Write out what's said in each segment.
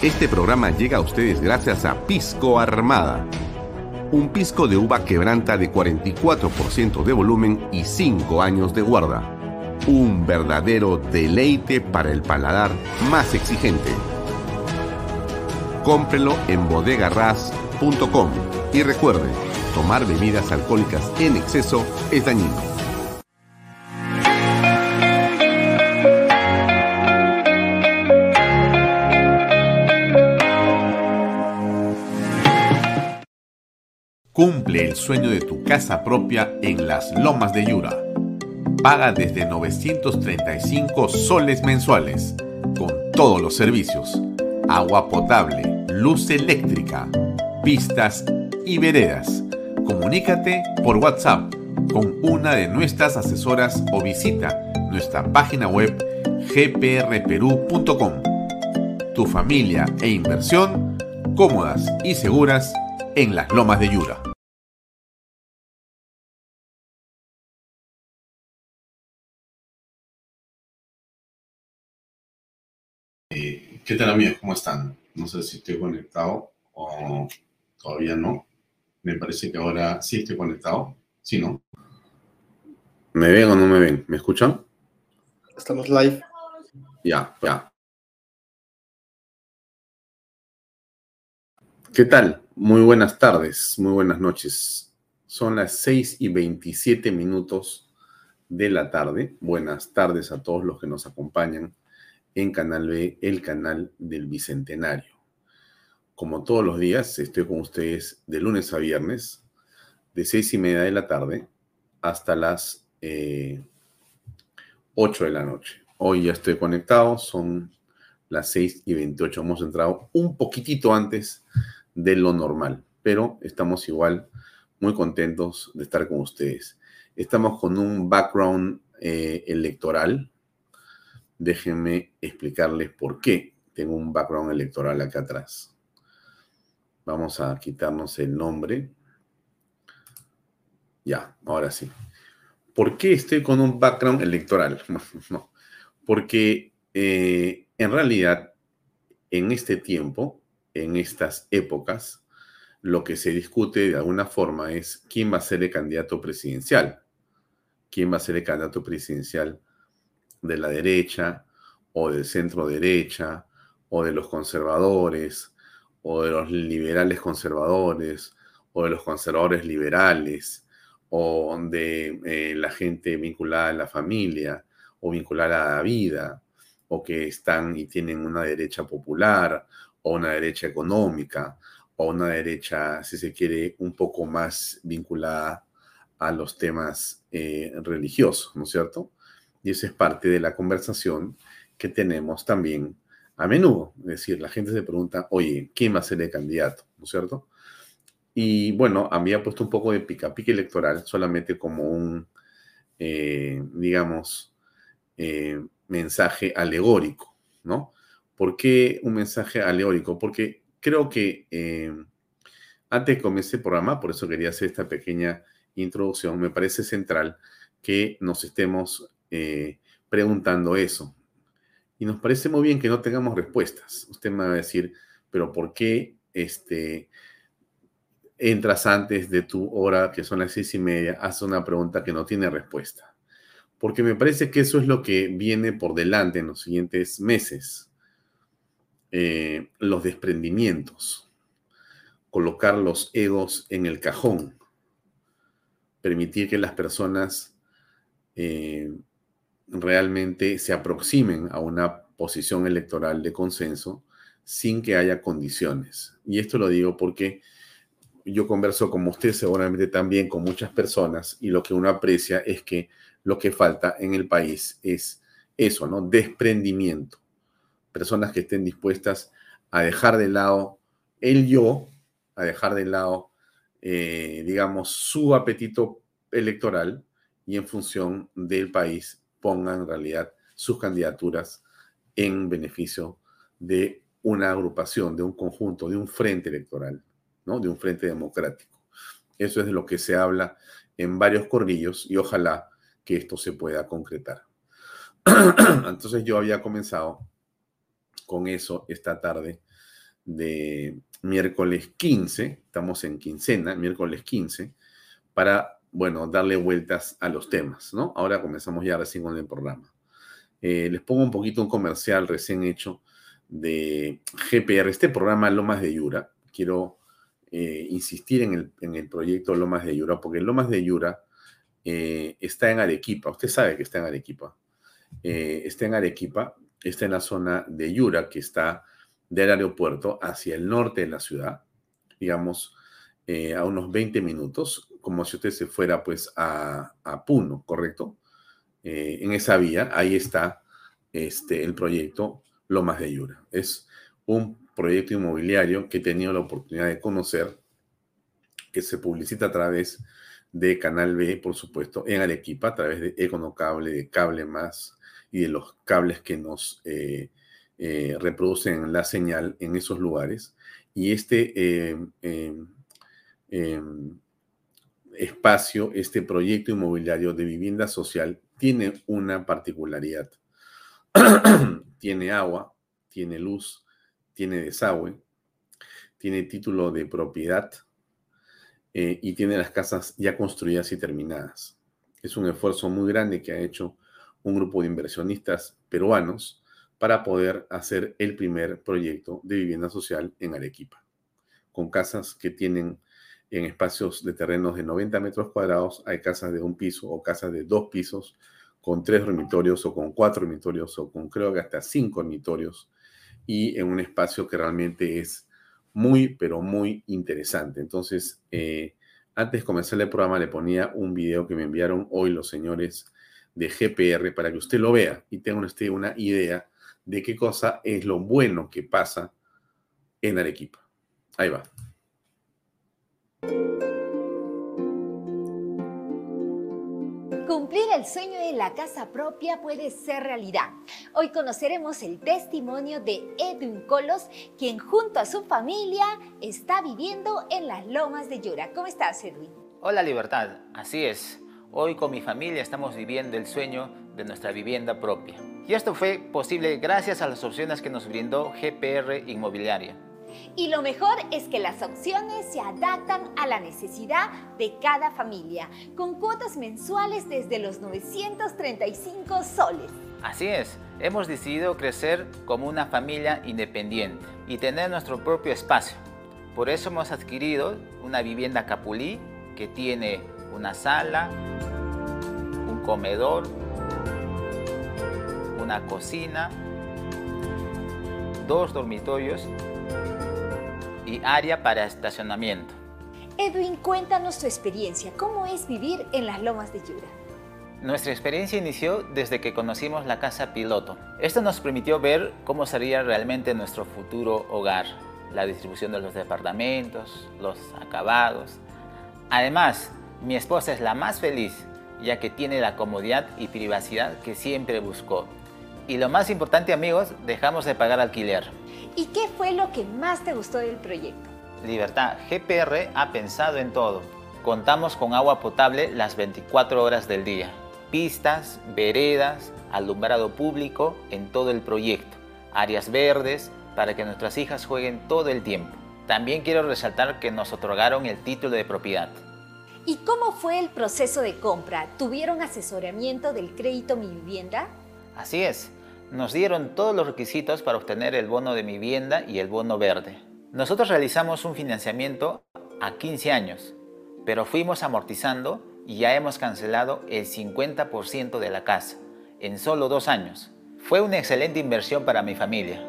Este programa llega a ustedes gracias a Pisco Armada. Un pisco de uva quebranta de 44% de volumen y 5 años de guarda. Un verdadero deleite para el paladar más exigente. Cómprelo en bodegarras.com y recuerde, tomar bebidas alcohólicas en exceso es dañino. Cumple el sueño de tu casa propia en Las Lomas de Yura. Paga desde 935 soles mensuales, con todos los servicios: agua potable, luz eléctrica, pistas y veredas. Comunícate por WhatsApp con una de nuestras asesoras o visita nuestra página web gprperú.com. Tu familia e inversión cómodas y seguras en Las Lomas de Yura. ¿Qué tal, amigos? ¿Cómo están? No sé si estoy conectado o todavía no. Me parece que ahora sí estoy conectado. ¿Sí, no? ¿Me ven o no me ven? ¿Me escuchan? Estamos live. Ya. ¿Qué tal? Muy buenas tardes, muy buenas noches. Son las 6:27 de la tarde. Buenas tardes a todos los que nos acompañan en Canal B, el canal del Bicentenario. Como todos los días, estoy con ustedes de lunes a viernes, de 6:30 de la tarde hasta las 8 de la noche. Hoy ya estoy conectado, son las 6:28. Hemos entrado un poquitito antes de lo normal, pero estamos igual muy contentos de estar con ustedes. Estamos con un background electoral. Déjenme explicarles por qué tengo un background electoral acá atrás. Vamos a quitarnos el nombre. Ya, ahora sí. ¿Por qué estoy con un background electoral? No, porque en realidad, en este tiempo, en estas épocas, lo que se discute de alguna forma es quién va a ser el candidato presidencial. ¿Quién va a ser el candidato presidencial de la derecha o del centro derecha o de los conservadores o de los liberales conservadores o de los conservadores liberales o de la gente vinculada a la familia o vinculada a la vida o que están y tienen una derecha popular o una derecha económica o una derecha, si se quiere, un poco más vinculada a los temas religiosos, ¿no es cierto? Y esa es parte de la conversación que tenemos también a menudo. Es decir, la gente se pregunta, oye, ¿quién va a ser el candidato? ¿No es cierto? Y bueno, había puesto un poco de pica-pica electoral solamente como un, digamos, mensaje alegórico, ¿no? ¿Por qué un mensaje alegórico? Porque creo que antes de comenzar el programa, por eso quería hacer esta pequeña introducción, me parece central que nos estemos preguntando eso. Y nos parece muy bien que no tengamos respuestas. Usted me va a decir, pero ¿por qué entras antes de tu hora, que son las 6:30, haces una pregunta que no tiene respuesta? Porque me parece que eso es lo que viene por delante en los siguientes meses. Los desprendimientos, colocar los egos en el cajón, permitir que las personas realmente se aproximen a una posición electoral de consenso sin que haya condiciones. Y esto lo digo porque yo converso, como usted seguramente también, con muchas personas, y lo que uno aprecia es que lo que falta en el país es eso, ¿no? Desprendimiento. Personas que estén dispuestas a dejar de lado el yo, a dejar de lado, digamos, su apetito electoral y en función del país pongan en realidad sus candidaturas en beneficio de una agrupación, de un conjunto, de un frente electoral, ¿no? De un frente democrático. Eso es de lo que se habla en varios corrillos y ojalá que esto se pueda concretar. Entonces yo había comenzado con eso esta tarde de miércoles 15, estamos en quincena, miércoles 15, para, bueno, darle vueltas a los temas, ¿no? Ahora comenzamos ya recién con el programa. Les pongo un poquito un comercial recién hecho de GPR, este programa Lomas de Yura. Quiero insistir en el proyecto Lomas de Yura, porque Lomas de Yura está en Arequipa. Usted sabe que está en Arequipa. Está en Arequipa, está en la zona de Yura, que está del aeropuerto hacia el norte de la ciudad, digamos, a unos 20 minutos, como si usted se fuera pues a Puno, ¿correcto? En esa vía, ahí está el proyecto Lomas de Yura. Es un proyecto inmobiliario que he tenido la oportunidad de conocer, que se publicita a través de Canal B, por supuesto, en Arequipa, a través de Econocable, de Cable Más y de los cables que nos reproducen la señal en esos lugares. Y espacio, este proyecto inmobiliario de vivienda social tiene una particularidad. Tiene agua, tiene luz, tiene desagüe, tiene título de propiedad y tiene las casas ya construidas y terminadas. Es un esfuerzo muy grande que ha hecho un grupo de inversionistas peruanos para poder hacer el primer proyecto de vivienda social en Arequipa, con casas que tienen en espacios de terrenos de 90 metros cuadrados, hay casas de 1 piso o casas de 2 pisos, con 3 dormitorios o con 4 dormitorios o con creo que hasta 5 dormitorios, y en un espacio que realmente es muy, pero muy interesante. Entonces, antes de comenzar el programa le ponía un video que me enviaron hoy los señores de GPR para que usted lo vea y tenga usted una idea de qué cosa es lo bueno que pasa en Arequipa. Ahí va. Cumplir el sueño de la casa propia puede ser realidad. Hoy conoceremos el testimonio de Edwin Colos, quien junto a su familia está viviendo en las Lomas de Yura. ¿Cómo estás, Edwin? Hola, Libertad. Así es. Hoy con mi familia estamos viviendo el sueño de nuestra vivienda propia. Y esto fue posible gracias a las opciones que nos brindó GPR Inmobiliaria. Y lo mejor es que las opciones se adaptan a la necesidad de cada familia, con cuotas mensuales desde los 935 soles. Así es, hemos decidido crecer como una familia independiente y tener nuestro propio espacio. Por eso hemos adquirido una vivienda Capulí que tiene una sala, un comedor, una cocina, 2 dormitorios y área para estacionamiento. Edwin, cuéntanos tu experiencia. ¿Cómo es vivir en las Lomas de Yura? Nuestra experiencia inició desde que conocimos la casa piloto. Esto nos permitió ver cómo sería realmente nuestro futuro hogar, la distribución de los departamentos, los acabados. Además, mi esposa es la más feliz, ya que tiene la comodidad y privacidad que siempre buscó. Y lo más importante, amigos, dejamos de pagar alquiler. ¿Y qué fue lo que más te gustó del proyecto? Libertad, GPR ha pensado en todo. Contamos con agua potable las 24 horas del día, pistas, veredas, alumbrado público en todo el proyecto, áreas verdes para que nuestras hijas jueguen todo el tiempo. También quiero resaltar que nos otorgaron el título de propiedad. ¿Y cómo fue el proceso de compra? ¿Tuvieron asesoramiento del crédito Mi Vivienda? Así es, nos dieron todos los requisitos para obtener el bono de mi vivienda y el bono verde. Nosotros realizamos un financiamiento a 15 años, pero fuimos amortizando y ya hemos cancelado el 50% de la casa en solo 2 años. Fue una excelente inversión para mi familia.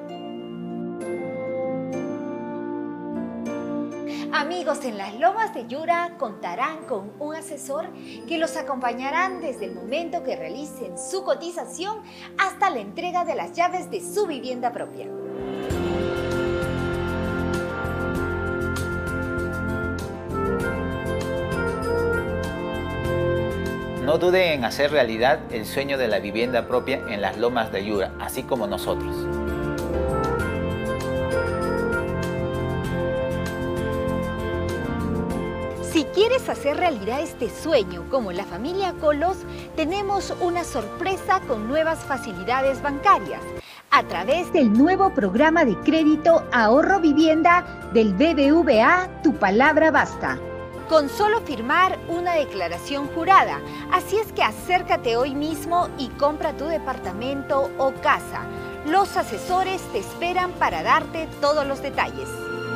Amigos, en las Lomas de Yura contarán con un asesor que los acompañarán desde el momento que realicen su cotización hasta la entrega de las llaves de su vivienda propia. No dude en hacer realidad el sueño de la vivienda propia en las Lomas de Yura, así como nosotros. Si quieres hacer realidad este sueño como la familia Colos, tenemos una sorpresa con nuevas facilidades bancarias. a través del nuevo programa de crédito Ahorro Vivienda del BBVA Tu Palabra Basta. Con solo firmar una declaración jurada. Así es que acércate hoy mismo y compra tu departamento o casa. Los asesores te esperan para darte todos los detalles.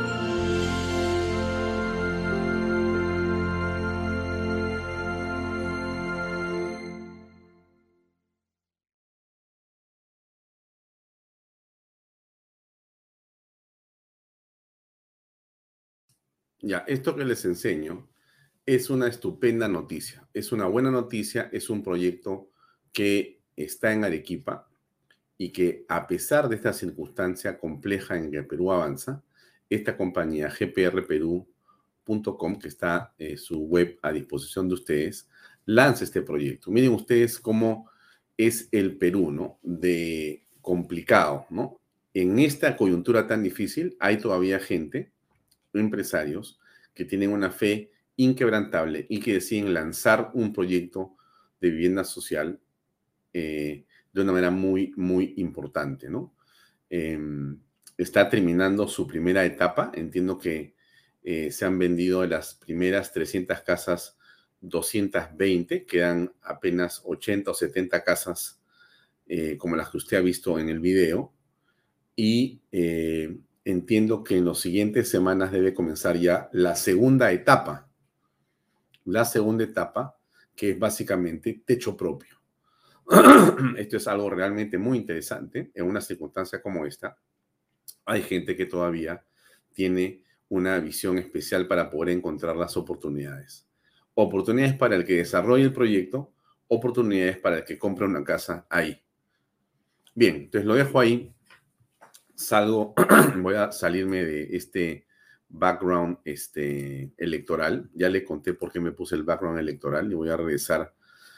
Ya, esto que les enseño es una estupenda noticia. Es una buena noticia, es un proyecto que está en Arequipa y que a pesar de esta circunstancia compleja en que Perú avanza, esta compañía gprperú.com, que está su web a disposición de ustedes, lanza este proyecto. Miren ustedes cómo es el Perú, ¿no? De complicado, ¿no? En esta coyuntura tan difícil hay todavía gente, empresarios, que tienen una fe inquebrantable y que deciden lanzar un proyecto de vivienda social de una manera muy, muy importante, ¿no? Está terminando su primera etapa. Entiendo que se han vendido de las primeras 300 casas 220, quedan apenas 80 o 70 casas como las que usted ha visto en el video. Y entiendo que en las siguientes semanas debe comenzar ya la segunda etapa. La segunda etapa, que es básicamente techo propio. Esto es algo realmente muy interesante en una circunstancia como esta. Hay gente que todavía tiene una visión especial para poder encontrar las oportunidades. Oportunidades para el que desarrolle el proyecto, oportunidades para el que compre una casa ahí. Bien, entonces lo dejo ahí. Salgo, voy a salirme de este background electoral. Ya le conté por qué me puse el background electoral y voy a regresar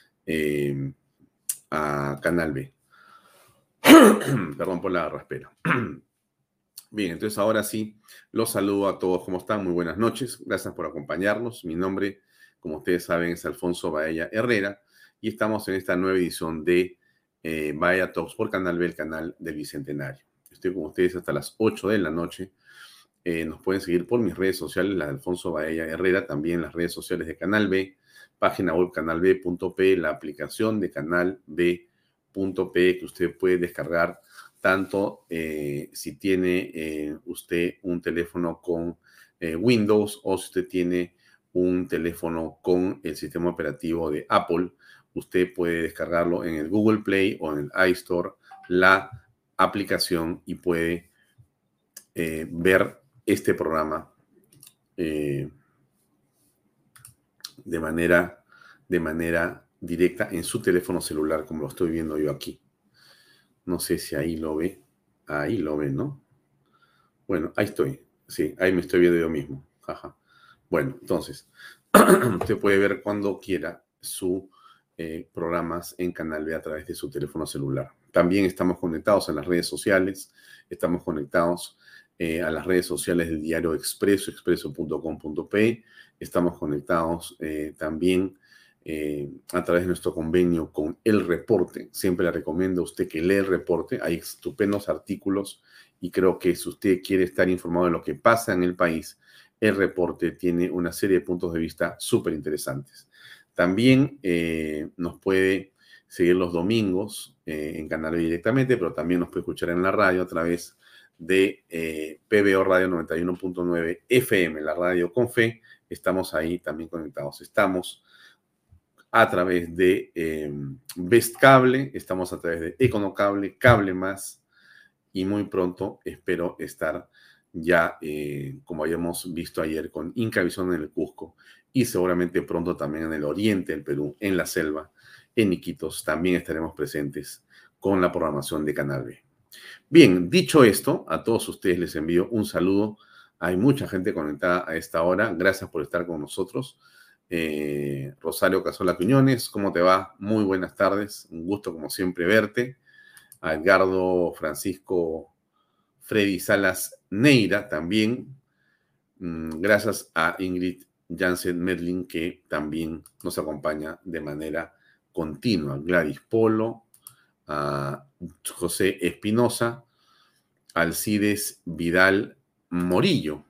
a Canal B. Perdón por la raspera. Bien, entonces ahora sí, los saludo a todos. ¿Cómo están? Muy buenas noches. Gracias por acompañarnos. Mi nombre, como ustedes saben, es Alfonso Baella Herrera y estamos en esta nueva edición de Baella Talks por Canal B, el canal del Bicentenario. Estoy con ustedes hasta las 8 de la noche. Nos pueden seguir por mis redes sociales, la de Alfonso Baella Herrera, también las redes sociales de Canal B, página web canalb.p, la aplicación de Canal B.p que usted puede descargar tanto si tiene usted un teléfono con Windows o si usted tiene un teléfono con el sistema operativo de Apple. Usted puede descargarlo en el Google Play o en el iStore, la aplicación, y puede ver este programa de manera directa en su teléfono celular, como lo estoy viendo yo aquí. No sé si ahí lo ve. Ahí lo ve, ¿no? Bueno, ahí estoy. Sí, ahí me estoy viendo yo mismo. Jaja. Bueno, entonces, usted puede ver cuando quiera sus programas en Canal B a través de su teléfono celular. También estamos conectados en las redes sociales. Estamos conectados a las redes sociales del diario Expreso, expreso.com.pe. Estamos conectados también a través de nuestro convenio con El Reporte. Siempre le recomiendo a usted que lea El Reporte. Hay estupendos artículos y creo que si usted quiere estar informado de lo que pasa en el país, El Reporte tiene una serie de puntos de vista súper interesantes. También nos puede seguir los domingos en Canal B directamente, pero también nos puede escuchar en la radio a través de PBO Radio 91.9 FM, la radio con fe. Estamos ahí también conectados. Estamos a través de Best Cable, estamos a través de Econocable, Cable Más, y muy pronto espero estar ya, como habíamos visto ayer, con Incavisión en el Cusco, y seguramente pronto también en el oriente del Perú, en la selva, en Iquitos, también estaremos presentes con la programación de Canal B. Bien, dicho esto, a todos ustedes les envío un saludo. Hay mucha gente conectada a esta hora. Gracias por estar con nosotros. Rosario Casola Quiñones, ¿cómo te va? Muy buenas tardes. Un gusto, como siempre, verte. A Edgardo Francisco Freddy Salas Neira también. Gracias a Ingrid Jansen Medlin, que también nos acompaña de manera continua. Gladys Polo, a José Espinosa, Alcides Vidal Morillo.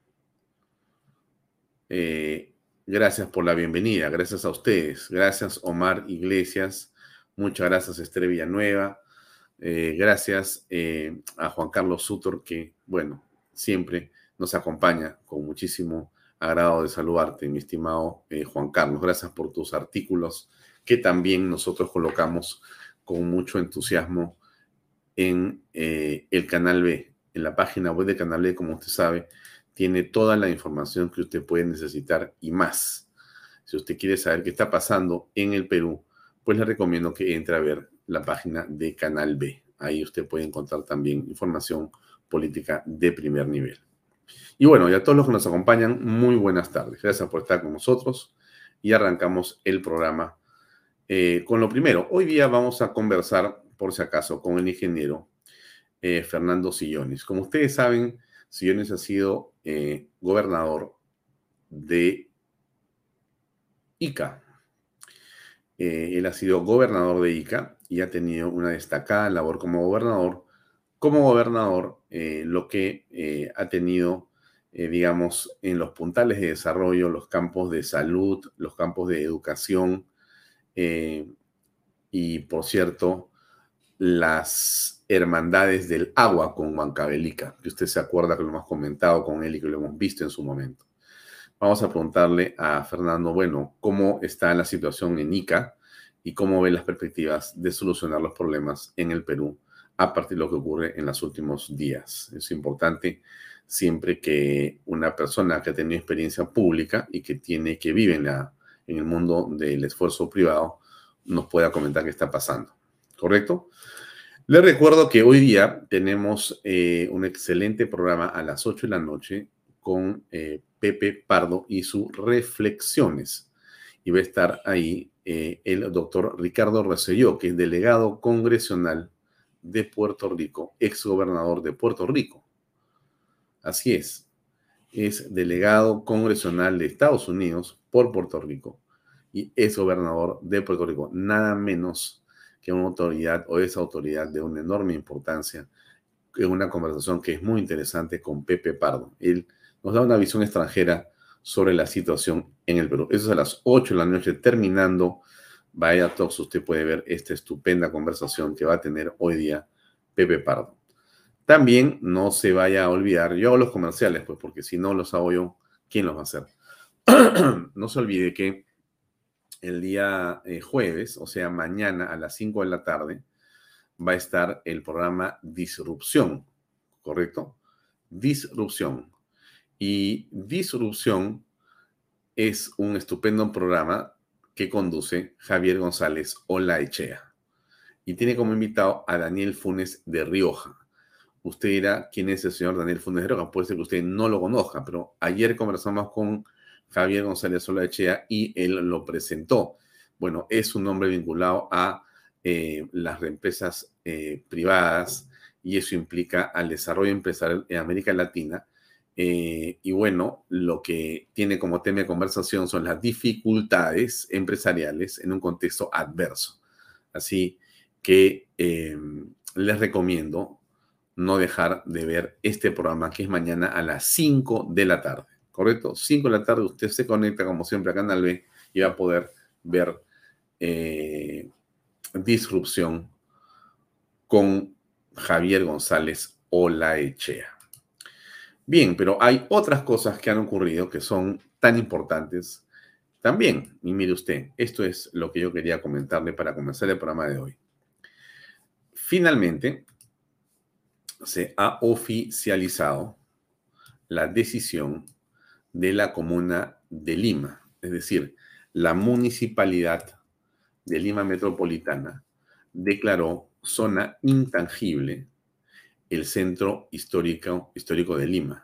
Gracias por la bienvenida, gracias a ustedes. Gracias Omar Iglesias, muchas gracias Esther Villanueva. Gracias a Juan Carlos Sutor, que, bueno, siempre nos acompaña con muchísimo agrado de saludarte, mi estimado Juan Carlos. Gracias por tus artículos que también nosotros colocamos con mucho entusiasmo en el Canal B. En la página web de Canal B, como usted sabe, tiene toda la información que usted puede necesitar y más. Si usted quiere saber qué está pasando en el Perú, pues le recomiendo que entre a ver la página de Canal B. Ahí usted puede encontrar también información política de primer nivel. Y bueno, y a todos los que nos acompañan, muy buenas tardes. Gracias por estar con nosotros y arrancamos el programa con lo primero. Hoy día vamos a conversar, por si acaso, con el ingeniero Fernando Sillones. Como ustedes saben, Sillones ha sido gobernador de Ica. Él ha sido gobernador de Ica y ha tenido una destacada labor como gobernador. Como gobernador, lo que ha tenido, digamos, en los puntales de desarrollo, los campos de salud, los campos de educación y, por cierto, las hermandades del agua con Huancavelica, que usted se acuerda que lo hemos comentado con él y que lo hemos visto en su momento. Vamos a preguntarle a Fernando, bueno, cómo está la situación en Ica y cómo ve las perspectivas de solucionar los problemas en el Perú a partir de lo que ocurre en los últimos días. Es importante siempre que una persona que ha tenido experiencia pública y que vive en el mundo del esfuerzo privado nos pueda comentar qué está pasando. ¿Correcto? Les recuerdo que hoy día tenemos un excelente programa a las 8 de la noche con Pepe Pardo y sus reflexiones. Y va a estar ahí el doctor Ricardo Rosselló, que es delegado congresional de Puerto Rico, exgobernador de Puerto Rico. Así es delegado congresional de Estados Unidos por Puerto Rico y es gobernador de Puerto Rico, nada menos que una autoridad o esa autoridad de una enorme importancia, en una conversación que es muy interesante con Pepe Pardo. Él nos da una visión extranjera sobre la situación en el Perú. Eso es a las 8 de la noche, terminando Vaya Talks. Usted puede ver esta estupenda conversación que va a tener hoy día Pepe Pardo. También no se vaya a olvidar, yo hago los comerciales, pues, porque si no los hago yo, ¿quién los va a hacer? No se olvide que el día jueves, o sea, mañana a las 5 de la tarde, va a estar el programa Disrupción, ¿correcto? Disrupción. Y Disrupción es un estupendo programa que conduce Javier González Olaechea. Y tiene como invitado a Daniel Funes de Rioja. Usted dirá, ¿quién es el señor Daniel Funes de Rioja? Puede ser que usted no lo conozca, pero ayer conversamos con Javier González Olaechea y él lo presentó. Bueno, es un hombre vinculado a las empresas privadas y eso implica al desarrollo empresarial en América Latina. Y bueno, lo que tiene como tema de conversación son las dificultades empresariales en un contexto adverso. Así que les recomiendo no dejar de ver este programa que es mañana a las 5 de la tarde. ¿Correcto? 5 de la tarde usted se conecta como siempre a Canal B y va a poder ver Disrupción con Javier González Olaechea. Bien, pero hay otras cosas que han ocurrido que son tan importantes también. Y mire usted, esto es lo que yo quería comentarle para comenzar el programa de hoy. Finalmente, se ha oficializado la decisión de la Comuna de Lima, es decir, la Municipalidad de Lima Metropolitana declaró zona intangible el centro histórico de Lima.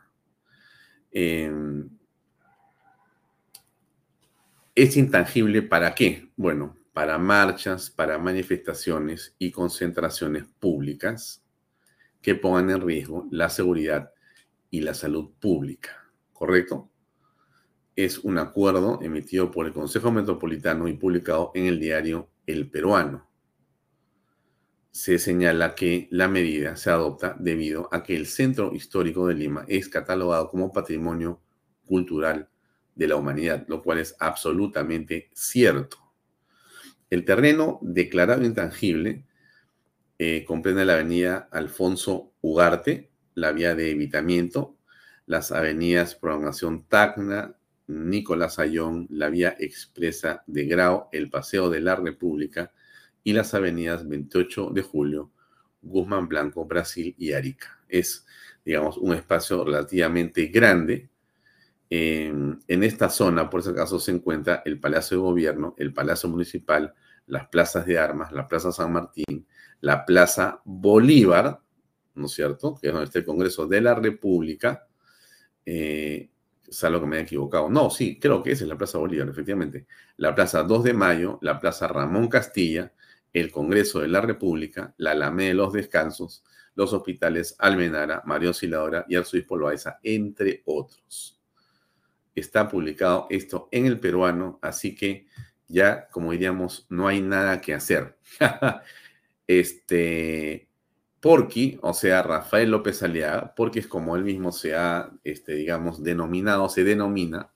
¿Es intangible para qué? Bueno, para marchas, para manifestaciones y concentraciones públicas que pongan en riesgo la seguridad y la salud pública, ¿correcto? Es un acuerdo emitido por el Consejo Metropolitano y publicado en el diario El Peruano. se señala que la medida se adopta debido a que el centro histórico de Lima es catalogado como patrimonio cultural de la humanidad, lo cual es absolutamente cierto. El terreno declarado intangible comprende la avenida Alfonso Ugarte, la vía de Evitamiento, las avenidas Prolongación Tacna, Nicolás Ayllón, la vía expresa de Grao, el Paseo de la República y las avenidas 28 de Julio, Guzmán Blanco, Brasil y Arica. Es, digamos, un espacio relativamente grande. En esta zona, por si acaso, se encuentra el Palacio de Gobierno, el Palacio Municipal, las plazas de armas, la Plaza San Martín, la Plaza Bolívar, ¿no es cierto?, que es donde está el Congreso de la República, salvo que me haya equivocado. No, sí, creo que esa es la Plaza Bolívar, efectivamente. La Plaza 2 de Mayo, la Plaza Ramón Castilla, el Congreso de la República, la Alameda de los Descansos, los hospitales Almenara, María Auxiliadora y Arzobispo Loaiza, entre otros. Está publicado esto en El Peruano, así que ya, como diríamos, no hay nada que hacer. Porky, o sea, Rafael López Aliaga, porque es como él mismo se ha, digamos, denominado, se denomina.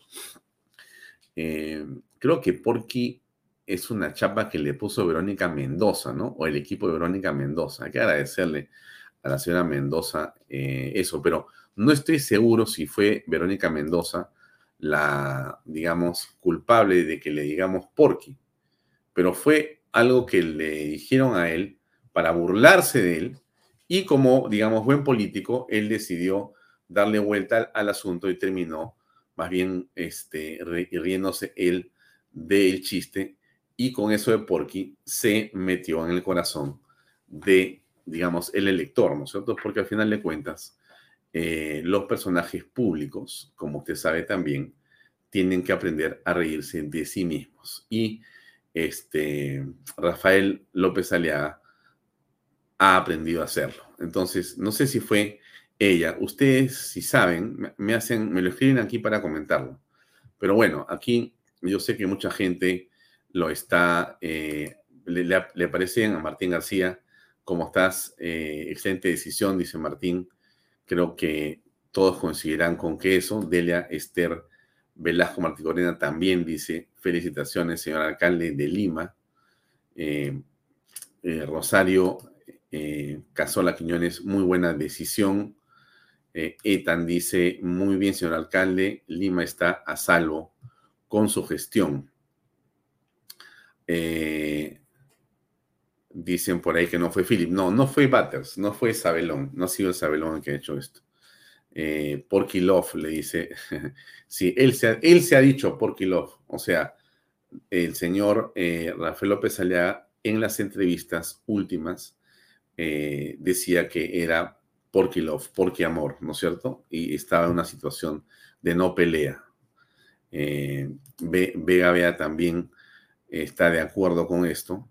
Creo que Porky es una chapa que le puso Verónica Mendoza, ¿no? O el equipo de Verónica Mendoza. Hay que agradecerle a la señora Mendoza eso, pero no estoy seguro si fue Verónica Mendoza la, digamos, culpable de que le digamos Porky, pero fue algo que le dijeron a él para burlarse de él y como, digamos, buen político, él decidió darle vuelta al asunto y terminó más bien riéndose él del chiste y con eso de Porky se metió en el corazón de, digamos, el elector, ¿no es cierto? Porque al final de cuentas, los personajes públicos, como usted sabe también, tienen que aprender a reírse de sí mismos. Y Rafael López Aliaga ha aprendido a hacerlo. Entonces, no sé si fue ella. Ustedes, si saben, me lo escriben aquí para comentarlo. Pero bueno, aquí yo sé que mucha gente lo está, le parecen a Martín García, como estás, excelente decisión, dice Martín. Creo que todos coincidirán con que eso. Delia Esther Velasco Marticorena también dice, felicitaciones, señor alcalde de Lima. Rosario Casola Quiñones, muy buena decisión. Etan dice, muy bien, señor alcalde, Lima está a salvo con su gestión. Dicen por ahí que no fue Philip. No, no fue Butters, no fue Sabelón, no ha sido el Sabelón el que ha hecho esto. Porky Love le dice, sí, él se ha dicho Porky Love, o sea, el señor Rafael López Aliaga en las entrevistas últimas decía que era Porky Love, Porky Amor, ¿no es cierto? Y estaba en una situación de no pelea. Vega Bea también está de acuerdo con esto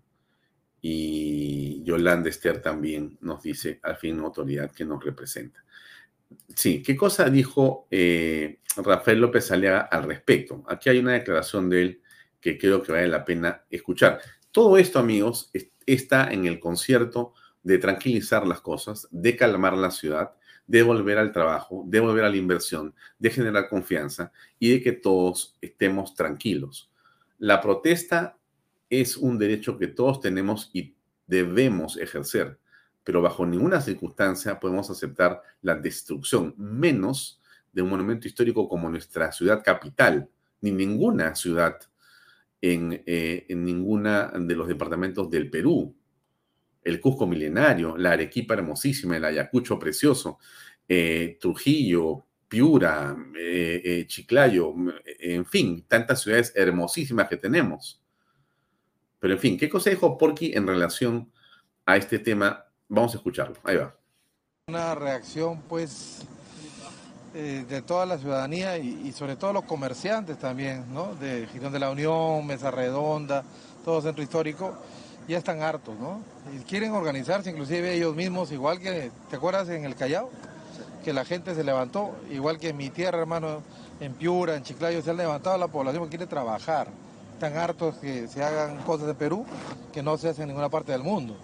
y Yolanda Esther también nos dice, al fin, una autoridad que nos representa. Sí, ¿qué cosa dijo Rafael López Aliaga al respecto? Aquí hay una declaración de él que creo que vale la pena escuchar. Todo esto, amigos, está en el concierto de tranquilizar las cosas, de calmar la ciudad, de volver al trabajo, de volver a la inversión, de generar confianza y de que todos estemos tranquilos. La protesta es un derecho que todos tenemos y debemos ejercer, pero bajo ninguna circunstancia podemos aceptar la destrucción, menos de un monumento histórico como nuestra ciudad capital, ni ninguna ciudad en ninguna de los departamentos del Perú. El Cusco milenario, la Arequipa hermosísima, el Ayacucho precioso, Trujillo, Piura, Chiclayo, en fin, tantas ciudades hermosísimas que tenemos. Pero en fin, ¿qué cosa dijo Porky en relación a este tema? Vamos a escucharlo, ahí va. Una reacción, pues, de toda la ciudadanía y sobre todo los comerciantes también, ¿no? De Girón de la Unión, Mesa Redonda, todo centro histórico, ya están hartos, ¿no? Y quieren organizarse, inclusive ellos mismos, igual que, ¿te acuerdas en el Callao? Que la gente se levantó, igual que en mi tierra, hermano, en Piura, en Chiclayo, se han levantado la población que quiere trabajar. Están hartos que se hagan cosas en Perú que no se hacen en ninguna parte del mundo.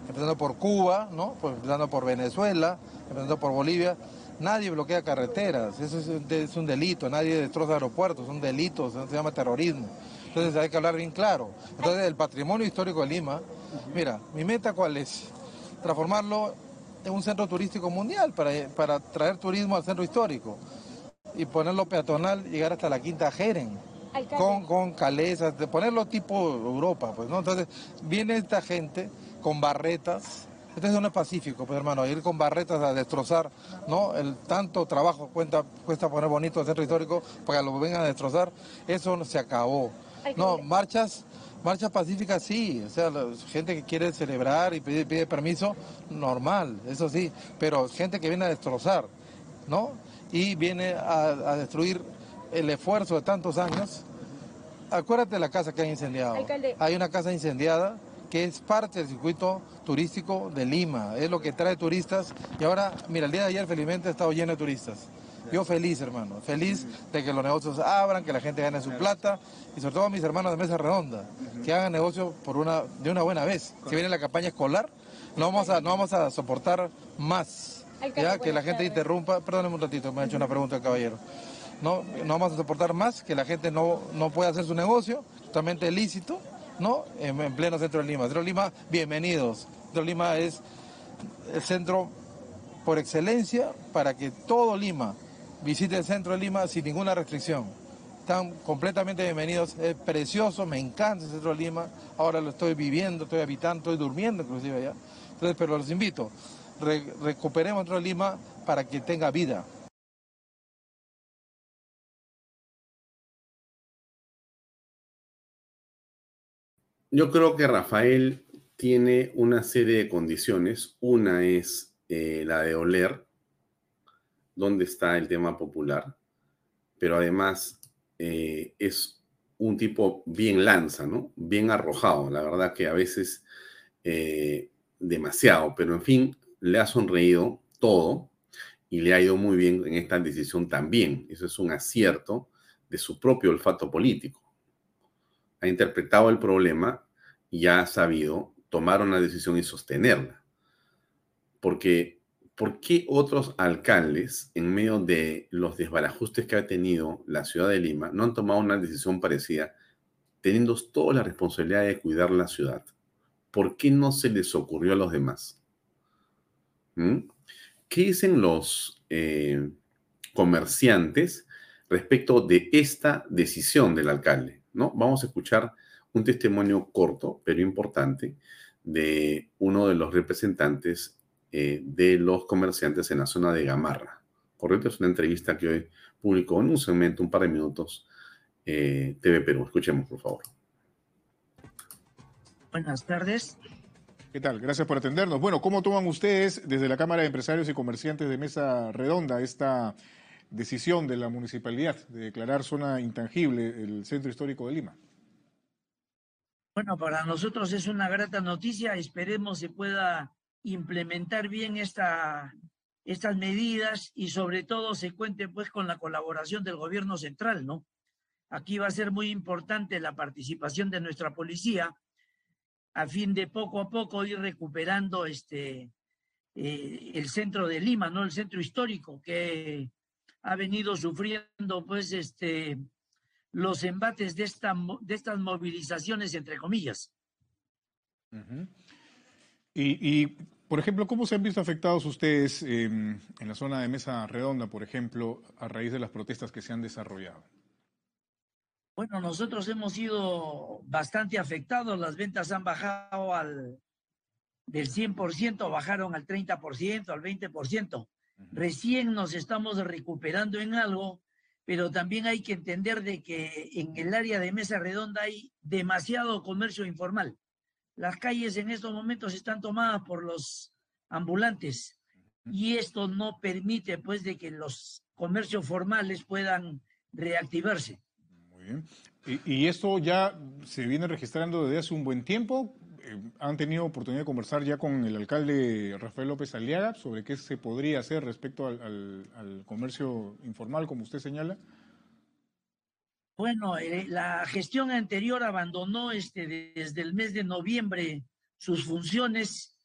empezando por Cuba, ¿no? Pues empezando por Venezuela, empezando por Bolivia. Nadie bloquea carreteras, eso es un delito, nadie destroza aeropuertos, es un delito, se llama terrorismo. Entonces hay que hablar bien claro. Entonces el patrimonio histórico de Lima, mira, mi meta ¿cuál es? Transformarlo en un centro turístico mundial para traer turismo al centro histórico y ponerlo peatonal, llegar hasta la Quinta Jeren, con calesas, de ponerlo tipo Europa, pues, ¿no? Entonces viene esta gente con barretas. Entonces no es pacífico, pues hermano, ir con barretas a destrozar, ¿no? El tanto trabajo cuesta poner bonito el centro histórico para que lo vengan a destrozar, eso no se acabó. No, marchas pacíficas sí, o sea, gente que quiere celebrar y pide permiso, normal, eso sí, pero gente que viene a destrozar, ¿no? Y viene a destruir el esfuerzo de tantos años. Acuérdate de la casa que han incendiado. Alcalde. Hay una casa incendiada que es parte del circuito turístico de Lima, es lo que trae turistas. Y ahora, mira, el día de ayer felizmente ha estado lleno de turistas. Yo feliz, hermano, feliz de que los negocios abran, que la gente gane su plata, y sobre todo a mis hermanos de Mesa Redonda, que hagan negocio de una buena vez. Si viene la campaña escolar, no vamos a soportar más. Ya que la gente interrumpa, perdóneme un ratito, me ha hecho una pregunta el caballero. No vamos a soportar más que la gente no pueda hacer su negocio, totalmente lícito, ¿no? En pleno centro de Lima. Centro de Lima, bienvenidos. Centro de Lima es el centro por excelencia para que todo Lima visite el centro de Lima sin ninguna restricción. Están completamente bienvenidos, es precioso, me encanta el centro de Lima, ahora lo estoy viviendo, estoy habitando, estoy durmiendo inclusive allá. Entonces, pero los invito, recuperemos el centro de Lima para que tenga vida. Yo creo que Rafael tiene una serie de condiciones. Una es la de oler dónde está el tema popular, pero además es un tipo bien lanza, ¿no? Bien arrojado. La verdad que a veces demasiado, pero en fin, le ha sonreído todo y le ha ido muy bien en esta decisión también. Eso es un acierto de su propio olfato político. Ha interpretado el problema y ha sabido tomar una decisión y sostenerla. Porque, ¿por qué otros alcaldes, en medio de los desbarajustes que ha tenido la ciudad de Lima, no han tomado una decisión parecida, teniendo toda la responsabilidad de cuidar la ciudad? ¿Por qué no se les ocurrió a los demás? ¿Mm? ¿Qué dicen los comerciantes respecto de esta decisión del alcalde? ¿No? Vamos a escuchar un testimonio corto, pero importante, de uno de los representantes de los comerciantes en la zona de Gamarra. ¿Correcto? Es una entrevista que hoy publicó en un segmento, un par de minutos, TV Perú. Escuchemos, por favor. Buenas tardes. ¿Qué tal? Gracias por atendernos. Bueno, ¿cómo toman ustedes desde la Cámara de Empresarios y Comerciantes de Mesa Redonda esta decisión de la municipalidad de declarar zona intangible el centro histórico de Lima? Bueno, para nosotros es una grata noticia. Esperemos se pueda implementar bien estas medidas y sobre todo se cuente pues con la colaboración del gobierno central, ¿no? Aquí va a ser muy importante la participación de nuestra policía a fin de poco a poco ir recuperando el centro de Lima, ¿no? El centro histórico que ha venido sufriendo pues los embates de estas movilizaciones, entre comillas. Uh-huh. Y, por ejemplo, ¿cómo se han visto afectados ustedes en la zona de Mesa Redonda, por ejemplo, a raíz de las protestas que se han desarrollado? Bueno, nosotros hemos sido bastante afectados. Las ventas han bajado del 100%, bajaron al 30%, al 20%. Uh-huh. Recién nos estamos recuperando en algo, pero también hay que entender de que en el área de Mesa Redonda hay demasiado comercio informal. Las calles en estos momentos están tomadas por los ambulantes y esto no permite pues de que los comercios formales puedan reactivarse. Muy bien. ¿Y esto ya se viene registrando desde hace un buen tiempo? ¿Han tenido oportunidad de conversar ya con el alcalde Rafael López Aliaga sobre qué se podría hacer respecto al comercio informal, como usted señala? Bueno, la gestión anterior abandonó desde el mes de noviembre sus funciones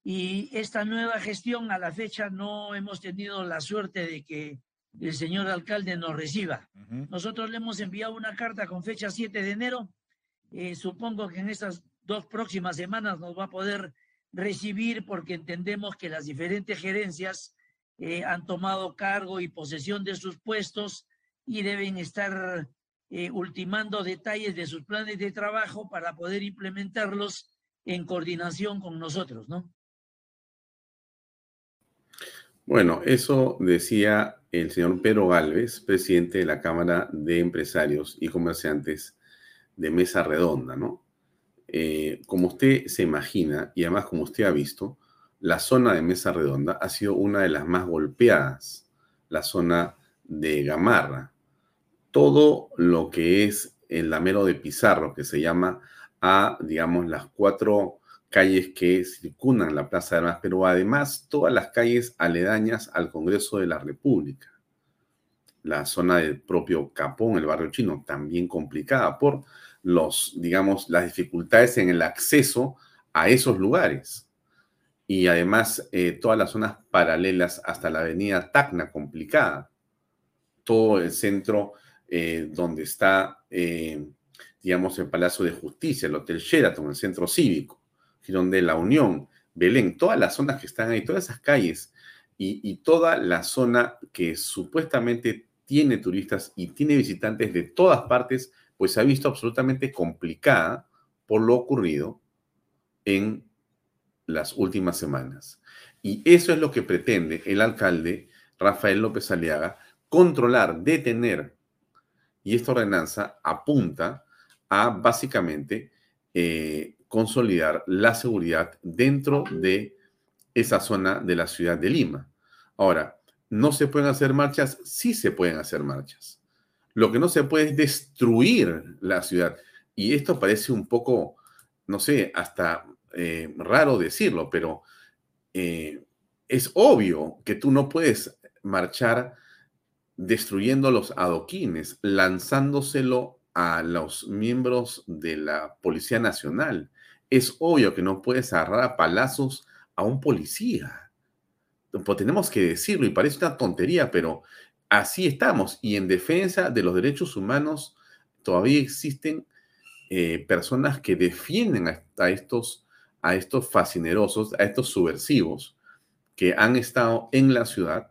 Y esta nueva gestión, a la fecha, no hemos tenido la suerte de que el señor alcalde nos reciba. Nosotros le hemos enviado una carta con fecha 7 de enero. Supongo que en estas 2 próximas semanas nos va a poder recibir, porque entendemos que las diferentes gerencias han tomado cargo y posesión de sus puestos y deben estar ultimando detalles de sus planes de trabajo para poder implementarlos en coordinación con nosotros, ¿no? Bueno, eso decía el señor Pedro Gálvez, presidente de la Cámara de Empresarios y Comerciantes de Mesa Redonda, ¿no? Como usted se imagina, y además como usted ha visto, la zona de Mesa Redonda ha sido una de las más golpeadas, la zona de Gamarra. Todo lo que es el Lamero de Pizarro, que se llama a, digamos, las 4 calles que circundan la Plaza de Armas, pero además todas las calles aledañas al Congreso de la República. La zona del propio Capón, el barrio chino, también complicada por digamos, las dificultades en el acceso a esos lugares. Y además todas las zonas paralelas hasta la avenida Tacna, complicada. Todo el centro donde está, digamos, el Palacio de Justicia, el Hotel Sheraton, el centro cívico, Girón de la Unión, Belén, todas las zonas que están ahí, todas esas calles y toda la zona que supuestamente tiene turistas y tiene visitantes de todas partes, pues se ha visto absolutamente complicada por lo ocurrido en las últimas semanas. Y eso es lo que pretende el alcalde Rafael López Aliaga, controlar, detener. Y esta ordenanza apunta a básicamente consolidar la seguridad dentro de esa zona de la ciudad de Lima. Ahora, ¿no se pueden hacer marchas? Sí se pueden hacer marchas. Lo que no se puede es destruir la ciudad. Y esto parece un poco, no sé, hasta raro decirlo, pero es obvio que tú no puedes marchar destruyendo los adoquines, lanzándoselo a los miembros de la Policía Nacional. Es obvio que no puedes agarrar a palazos a un policía. Pues tenemos que decirlo y parece una tontería, pero así estamos. Y en defensa de los derechos humanos todavía existen personas que defienden a estos fascinerosos, a estos subversivos que han estado en la ciudad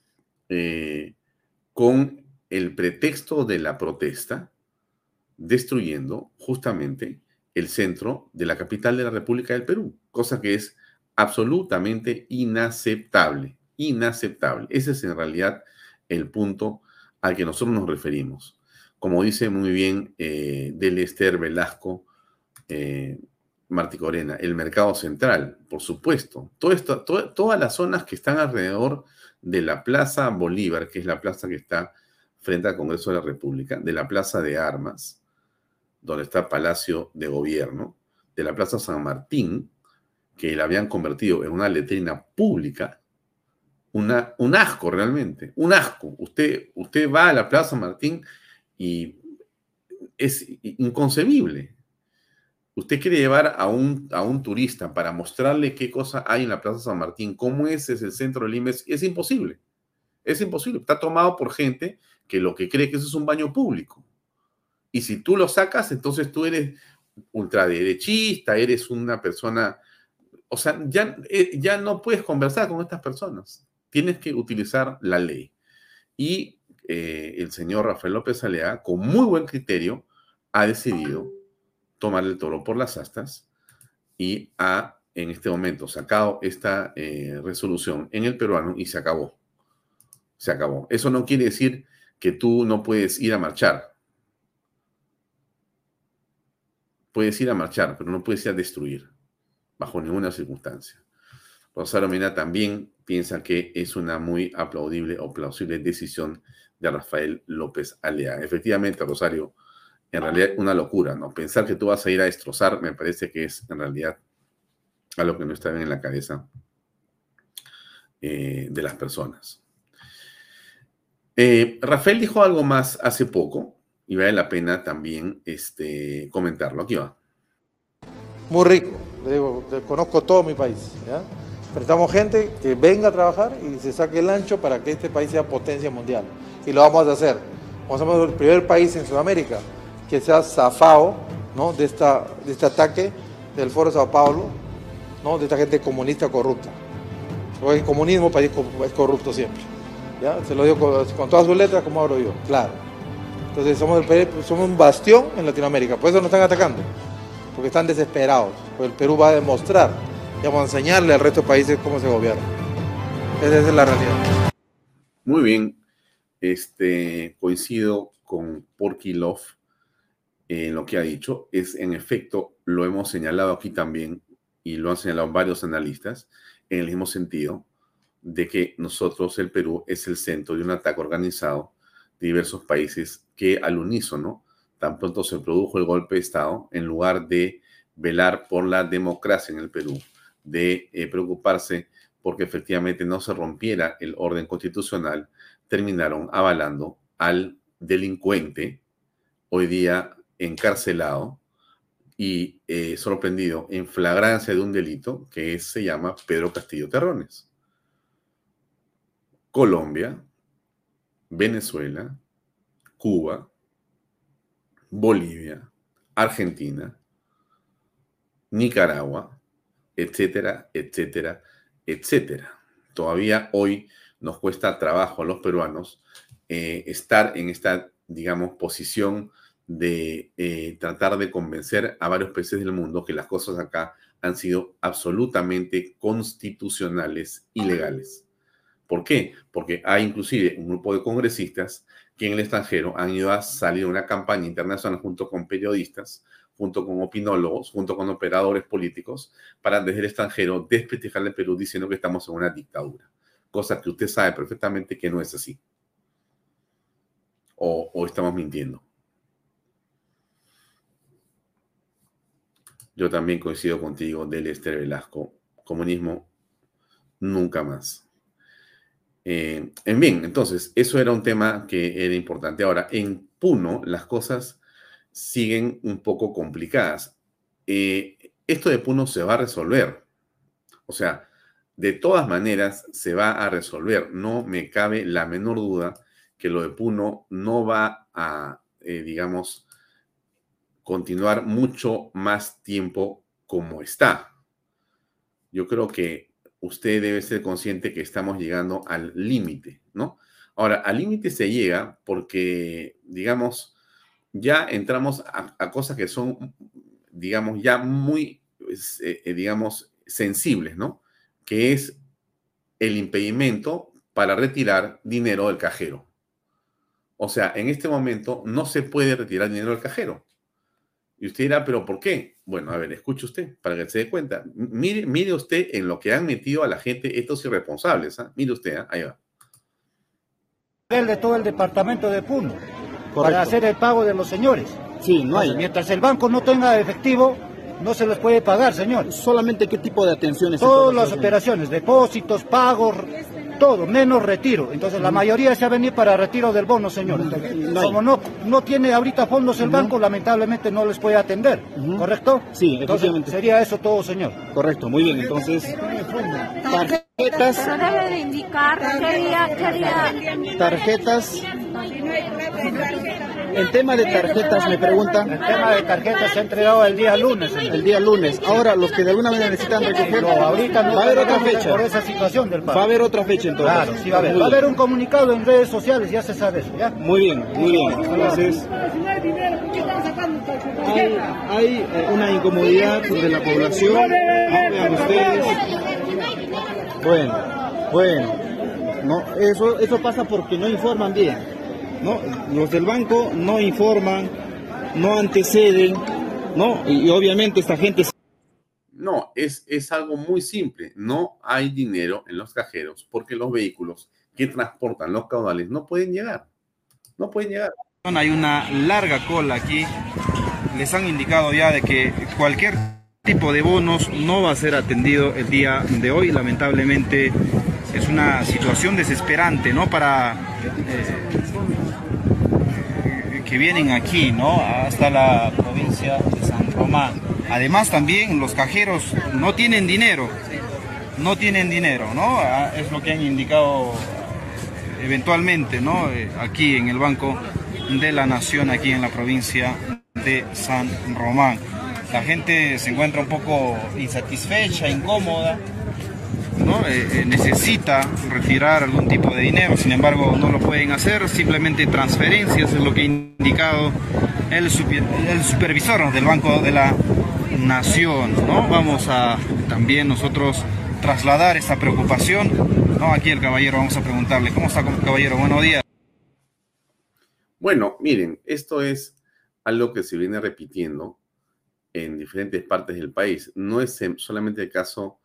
con el pretexto de la protesta, destruyendo justamente el centro de la capital de la República del Perú, cosa que es absolutamente inaceptable, inaceptable. Ese es en realidad el punto al que nosotros nos referimos. Como dice muy bien Delester Velasco, Martí Corena, el mercado central, por supuesto. Todas las zonas que están alrededor de la Plaza Bolívar, que es la plaza que está frente al Congreso de la República, de la Plaza de Armas, donde está Palacio de Gobierno, de la Plaza San Martín, que la habían convertido en una letrina pública, un asco realmente, un asco. Usted va a la Plaza San Martín y es inconcebible. Usted quiere llevar a un turista para mostrarle qué cosa hay en la Plaza San Martín, cómo es el centro de Lima, es imposible. Es imposible. Está tomado por gente que lo que cree que eso es un baño público. Y si tú lo sacas, entonces tú eres ultraderechista, eres una persona... O sea, ya no puedes conversar con estas personas. Tienes que utilizar la ley. Y el señor Rafael López Aliaga, con muy buen criterio, ha decidido tomar el toro por las astas y ha, en este momento, sacado esta resolución en el peruano y se acabó. Se acabó. Eso no quiere decir que tú no puedes ir a marchar. Puedes ir a marchar, pero no puedes ir a destruir, bajo ninguna circunstancia. Rosario Mena también piensa que es una muy aplaudible o plausible decisión de Rafael López Aliaga. Efectivamente, Rosario, en realidad una locura, ¿no? Pensar que tú vas a ir a destrozar me parece que es en realidad algo que no está bien en la cabeza de las personas. Rafael dijo algo más hace poco y vale la pena también comentarlo. Aquí va. Muy rico, le digo, conozco todo mi país, ¿ya? Necesitamos gente que venga a trabajar y se saque el ancho para que este país sea potencia mundial. Y lo vamos a hacer. Vamos a ser el primer país en Sudamérica que se ha zafado, ¿no?, de este ataque del Foro de Sao Paulo, ¿no?, de esta gente comunista corrupta. Porque el comunismo país es corrupto siempre. ¿Ya? Se lo digo con todas sus letras, como hablo yo, claro. Entonces somos un bastión en Latinoamérica, por eso nos están atacando, porque están desesperados. Porque el Perú va a demostrar, y vamos a enseñarle al resto de países cómo se gobierna. Esa es la realidad. Muy bien, coincido con Porky Love en lo que ha dicho. Es, en efecto, lo hemos señalado aquí también, y lo han señalado varios analistas, en el mismo sentido de que nosotros, el Perú, es el centro de un ataque organizado de diversos países que al unísono, tan pronto se produjo el golpe de Estado, en lugar de velar por la democracia en el Perú, de preocuparse porque efectivamente no se rompiera el orden constitucional, terminaron avalando al delincuente, hoy día encarcelado y sorprendido en flagrancia de un delito que se llama Pedro Castillo Terrones. Colombia, Venezuela, Cuba, Bolivia, Argentina, Nicaragua, etcétera, etcétera, etcétera. Todavía hoy nos cuesta trabajo a los peruanos estar en esta, digamos, posición de tratar de convencer a varios países del mundo que las cosas acá han sido absolutamente constitucionales y legales. ¿Por qué? Porque hay inclusive un grupo de congresistas que en el extranjero han ido a salir una campaña internacional junto con periodistas, junto con opinólogos, junto con operadores políticos, para desde el extranjero desprestigiar al Perú diciendo que estamos en una dictadura. Cosa que usted sabe perfectamente que no es así. O estamos mintiendo. Yo también coincido contigo, del Esther Velasco. Comunismo nunca más. En bien, entonces, eso era un tema que era importante. Ahora, en Puno las cosas siguen un poco complicadas. Esto de Puno se va a resolver. O sea, de todas maneras se va a resolver. No me cabe la menor duda que lo de Puno no va a, digamos, continuar mucho más tiempo como está. Yo creo que usted debe ser consciente que estamos llegando al límite, ¿no? Ahora, al límite se llega porque, digamos, ya entramos a cosas que son, digamos, ya muy, digamos, sensibles, ¿no? Que es el impedimento para retirar dinero del cajero. O sea, en este momento no se puede retirar dinero del cajero. Y usted dirá, ¿pero por qué? Bueno, a ver, escuche usted, para que se dé cuenta. Mire usted en lo que han metido a la gente estos irresponsables. ¿Eh? Mire usted, ahí va. De todo el departamento de Puno, para hacer el pago de los señores. Sí, no hay. Mientras el banco no tenga efectivo, no se les puede pagar, señor. ¿Solamente qué tipo de atenciones? Todas las operaciones, depósitos, pagos, todo, menos retiro. Entonces la mayoría se ha venido para retiro del bono, señor. Entonces, como no tiene ahorita fondos el banco, lamentablemente no les puede atender, ¿correcto? Sí, entonces sería eso todo, señor. Correcto, muy bien, entonces tarjetas. Pero debe de indicar qué día. Tarjetas. El tema de tarjetas, me preguntan. El tema de tarjetas se ha entregado el día lunes. Señor. El día lunes. Ahora, los que de alguna manera necesitan recoger. No, ahorita no. Va a haber otra fecha. Por esa situación del pago. Va a haber otra fecha entonces. Claro, sí va a haber. Va a haber un comunicado en redes sociales, ya se sabe eso, ¿ya? Muy bien, muy bien. Entonces, hay una incomodidad de la población. Vean ustedes. Bueno. No, eso pasa porque no informan bien. ¿No? Los del banco no informan, no anteceden, ¿no? Y obviamente esta gente... No, es algo muy simple. No hay dinero en los cajeros porque los vehículos que transportan los caudales no pueden llegar. No pueden llegar. Hay una larga cola aquí. Les han indicado ya de que cualquier tipo de bonos no va a ser atendido el día de hoy. Lamentablemente es una situación desesperante, ¿no? Para... que vienen aquí, ¿no? Hasta la provincia de San Román. Además también los cajeros no tienen dinero. no tienen dinero, ¿no? Es lo que han indicado eventualmente, ¿no? Aquí en el Banco de la Nación, aquí en la provincia de San Román. La gente se encuentra un poco insatisfecha, incómoda, ¿no? Necesita retirar algún tipo de dinero, sin embargo no lo pueden hacer, simplemente transferencias es lo que ha indicado el supervisor del Banco de la Nación, ¿no? Vamos a también nosotros trasladar esta preocupación, ¿no? Aquí el caballero, vamos a preguntarle, ¿cómo está, caballero? Buenos días. Bueno, miren, esto es algo que se viene repitiendo en diferentes partes del país. No es solamente el caso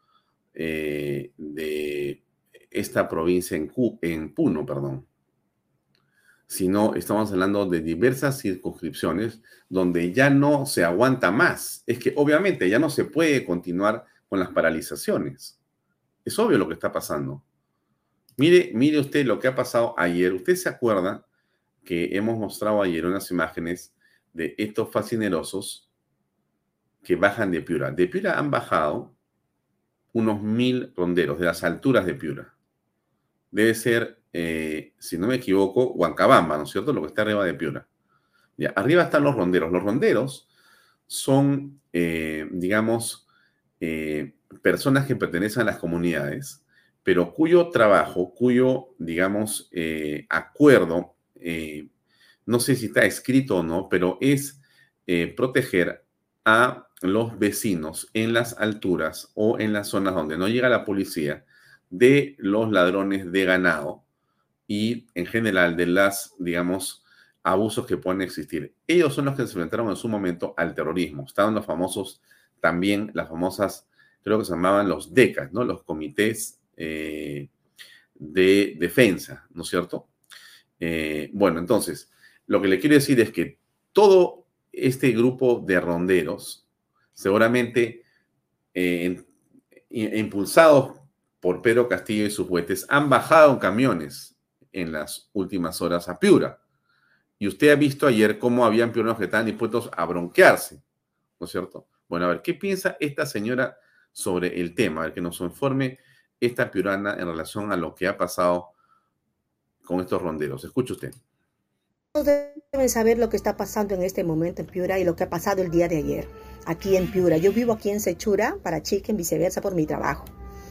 de esta provincia en Puno, perdón, sino estamos hablando de diversas circunscripciones donde ya no se aguanta más. Es que obviamente ya no se puede continuar con las paralizaciones. Es obvio lo que está pasando. Mire usted lo que ha pasado ayer. Usted se acuerda que hemos mostrado ayer unas imágenes de estos fascinerosos que bajan de Piura. De Piura han bajado unos 1000 ronderos de las alturas de Piura. Debe ser, si no me equivoco, Huancabamba, ¿no es cierto? Lo que está arriba de Piura. Ya, arriba están los ronderos. Los ronderos son, digamos, personas que pertenecen a las comunidades, pero cuyo trabajo, digamos, acuerdo, no sé si está escrito o no, pero es proteger a los vecinos en las alturas o en las zonas donde no llega la policía de los ladrones de ganado y en general de las, digamos, abusos que pueden existir. Ellos son los que se enfrentaron en su momento al terrorismo. Estaban los famosos, también las famosas, creo que se llamaban los DECAS, ¿no? Los comités de defensa, ¿no es cierto? Bueno, entonces, lo que le quiero decir es que todo este grupo de ronderos, seguramente impulsados por Pedro Castillo y sus huestes, han bajado en camiones en las últimas horas a Piura. Y usted ha visto ayer cómo habían piuranos que estaban dispuestos a bronquearse, ¿no es cierto? Bueno, a ver, ¿qué piensa esta señora sobre el tema? A ver, que nos informe esta piurana en relación a lo que ha pasado con estos ronderos. Escuche usted. Deben saber lo que está pasando en este momento en Piura y lo que ha pasado el día de ayer aquí en Piura. Yo vivo aquí en Sechura, para Chiquen, viceversa por mi trabajo.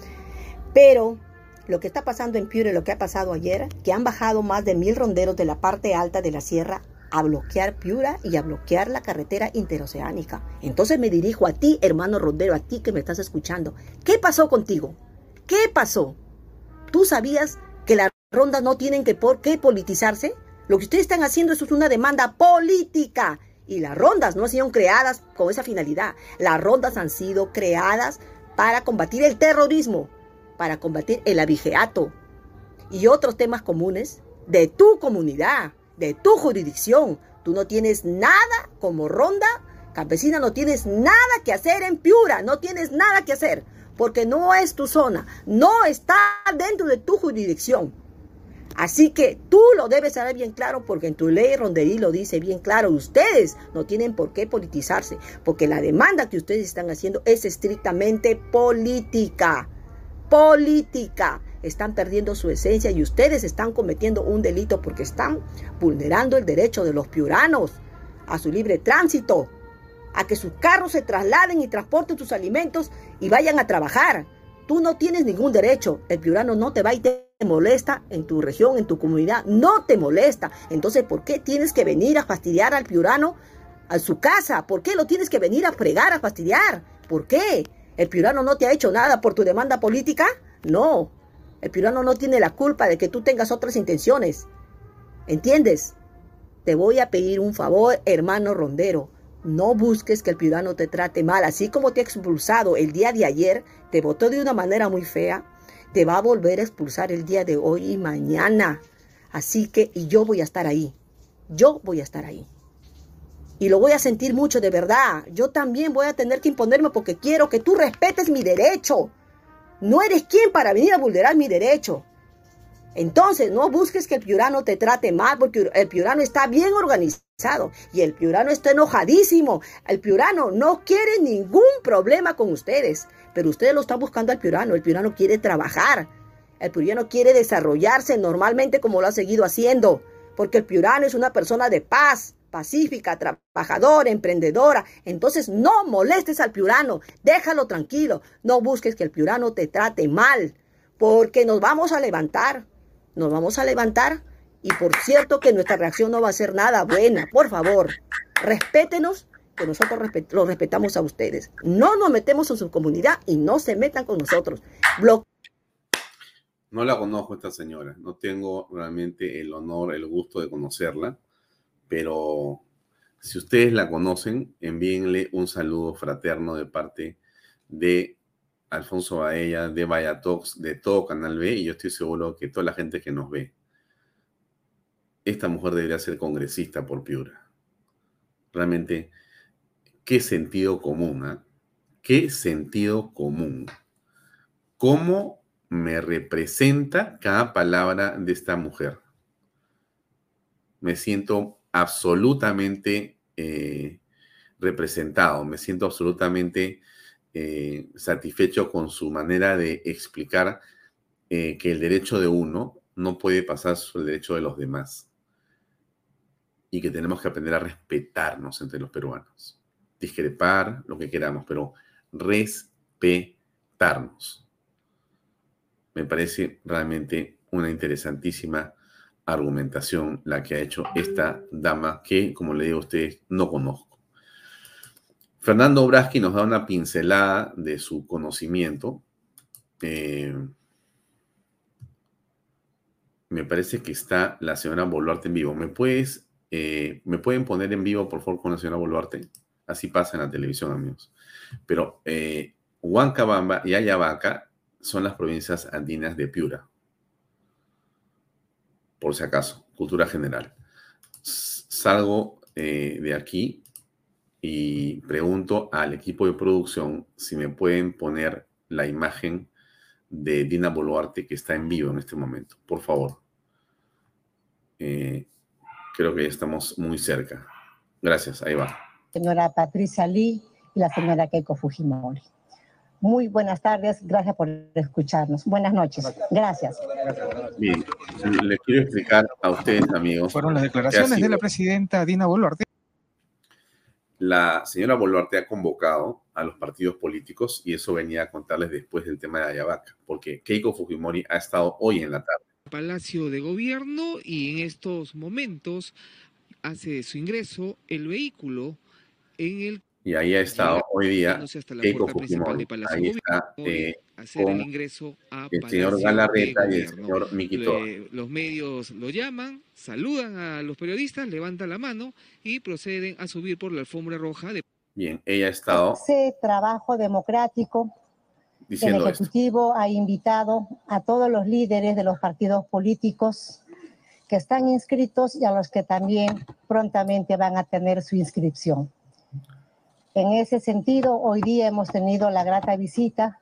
Pero lo que está pasando en Piura y lo que ha pasado ayer, que han bajado más de 1000 ronderos de la parte alta de la sierra a bloquear Piura y a bloquear la carretera interoceánica. Entonces me dirijo a ti, hermano rondero, a ti que me estás escuchando. ¿Qué pasó contigo? ¿Qué pasó? ¿Tú sabías que las rondas no tienen por qué politizarse? Lo que ustedes están haciendo eso es una demanda política. Y las rondas no han sido creadas con esa finalidad. Las rondas han sido creadas para combatir el terrorismo, para combatir el abigeato y otros temas comunes de tu comunidad, de tu jurisdicción. Tú no tienes nada como ronda campesina, no tienes nada que hacer en Piura, no tienes nada que hacer, porque no es tu zona, no está dentro de tu jurisdicción. Así que tú lo debes saber bien claro, porque en tu ley ronderí lo dice bien claro. Ustedes no tienen por qué politizarse, porque la demanda que ustedes están haciendo es estrictamente política. Política. Están perdiendo su esencia y ustedes están cometiendo un delito porque están vulnerando el derecho de los piuranos a su libre tránsito, a que sus carros se trasladen y transporten sus alimentos y vayan a trabajar. Tú no tienes ningún derecho. El piurano no te va y te molesta en tu región, en tu comunidad. No te molesta. Entonces, ¿por qué tienes que venir a fastidiar al piurano a su casa? ¿Por qué lo tienes que venir a fregar, a fastidiar? ¿Por qué? ¿El piurano no te ha hecho nada por tu demanda política? No. El piurano no tiene la culpa de que tú tengas otras intenciones. ¿Entiendes? Te voy a pedir un favor, hermano rondero. No busques que el piurano te trate mal. Así como te ha expulsado el día de ayer, te votó de una manera muy fea, te va a volver a expulsar el día de hoy y mañana. Así que, y yo voy a estar ahí. Yo voy a estar ahí. Y lo voy a sentir mucho, de verdad. Yo también voy a tener que imponerme porque quiero que tú respetes mi derecho. No eres quien para venir a vulnerar mi derecho. Entonces, no busques que el piurano te trate mal, porque el piurano está bien organizado y el piurano está enojadísimo. El piurano no quiere ningún problema con ustedes, pero ustedes lo están buscando al piurano. El piurano quiere trabajar, el piurano quiere desarrollarse normalmente como lo ha seguido haciendo, porque el piurano es una persona de paz, pacífica, trabajadora, emprendedora. Entonces, no molestes al piurano, déjalo tranquilo. No busques que el piurano te trate mal, porque nos vamos a levantar. Nos vamos a levantar y por cierto que nuestra reacción no va a ser nada buena. Por favor, respétenos, que nosotros los respetamos a ustedes. No nos metemos en su comunidad y no se metan con nosotros. No la conozco esta señora, no tengo realmente el honor, el gusto de conocerla, pero si ustedes la conocen, envíenle un saludo fraterno de parte de Alfonso Baella, de Vallatox, de todo Canal B, y yo estoy seguro que toda la gente que nos ve, esta mujer debería ser congresista por Piura. Realmente, qué sentido común, ¿eh? Qué sentido común. ¿Cómo me representa cada palabra de esta mujer? Me siento absolutamente representado, me siento absolutamente satisfecho con su manera de explicar que el derecho de uno no puede pasar sobre el derecho de los demás y que tenemos que aprender a respetarnos entre los peruanos. Discrepar, lo que queramos, pero respetarnos. Me parece realmente una interesantísima argumentación la que ha hecho esta dama que, como le digo a ustedes, no conozco. Fernando Obraski nos da una pincelada de su conocimiento. Me parece que está la señora Boluarte en vivo. ¿Me pueden poner en vivo, por favor, con la señora Boluarte? Así pasa en la televisión, amigos. Pero Huancabamba y Ayabaca son las provincias andinas de Piura. Por si acaso, cultura general. Salgo de aquí y pregunto al equipo de producción si me pueden poner la imagen de Dina Boluarte que está en vivo en este momento. Por favor. Creo que ya estamos muy cerca. Gracias, ahí va. Señora Patricia Lee y la señora Keiko Fujimori. Muy buenas tardes, gracias por escucharnos. Buenas noches, gracias. Bien, les quiero explicar a ustedes, amigos. Fueron las declaraciones de la presidenta Dina Boluarte. La señora Boluarte ha convocado a los partidos políticos y eso venía a contarles después del tema de Ayabaca, porque Keiko Fujimori ha estado hoy en la tarde. Palacio de Gobierno y en estos momentos hace su ingreso el vehículo en el... Y ahí ha estado hoy día Keiko Fujimori. Ahí está con el señor Galarreta y el señor Miki Toa. Los medios lo llaman, saludan a los periodistas, levantan la mano y proceden a subir por la alfombra roja. Bien, ella ha estado... Ese trabajo democrático, el Ejecutivo ha invitado a todos los líderes de los partidos políticos que están inscritos y a los que también prontamente van a tener su inscripción. En ese sentido, hoy día hemos tenido la grata visita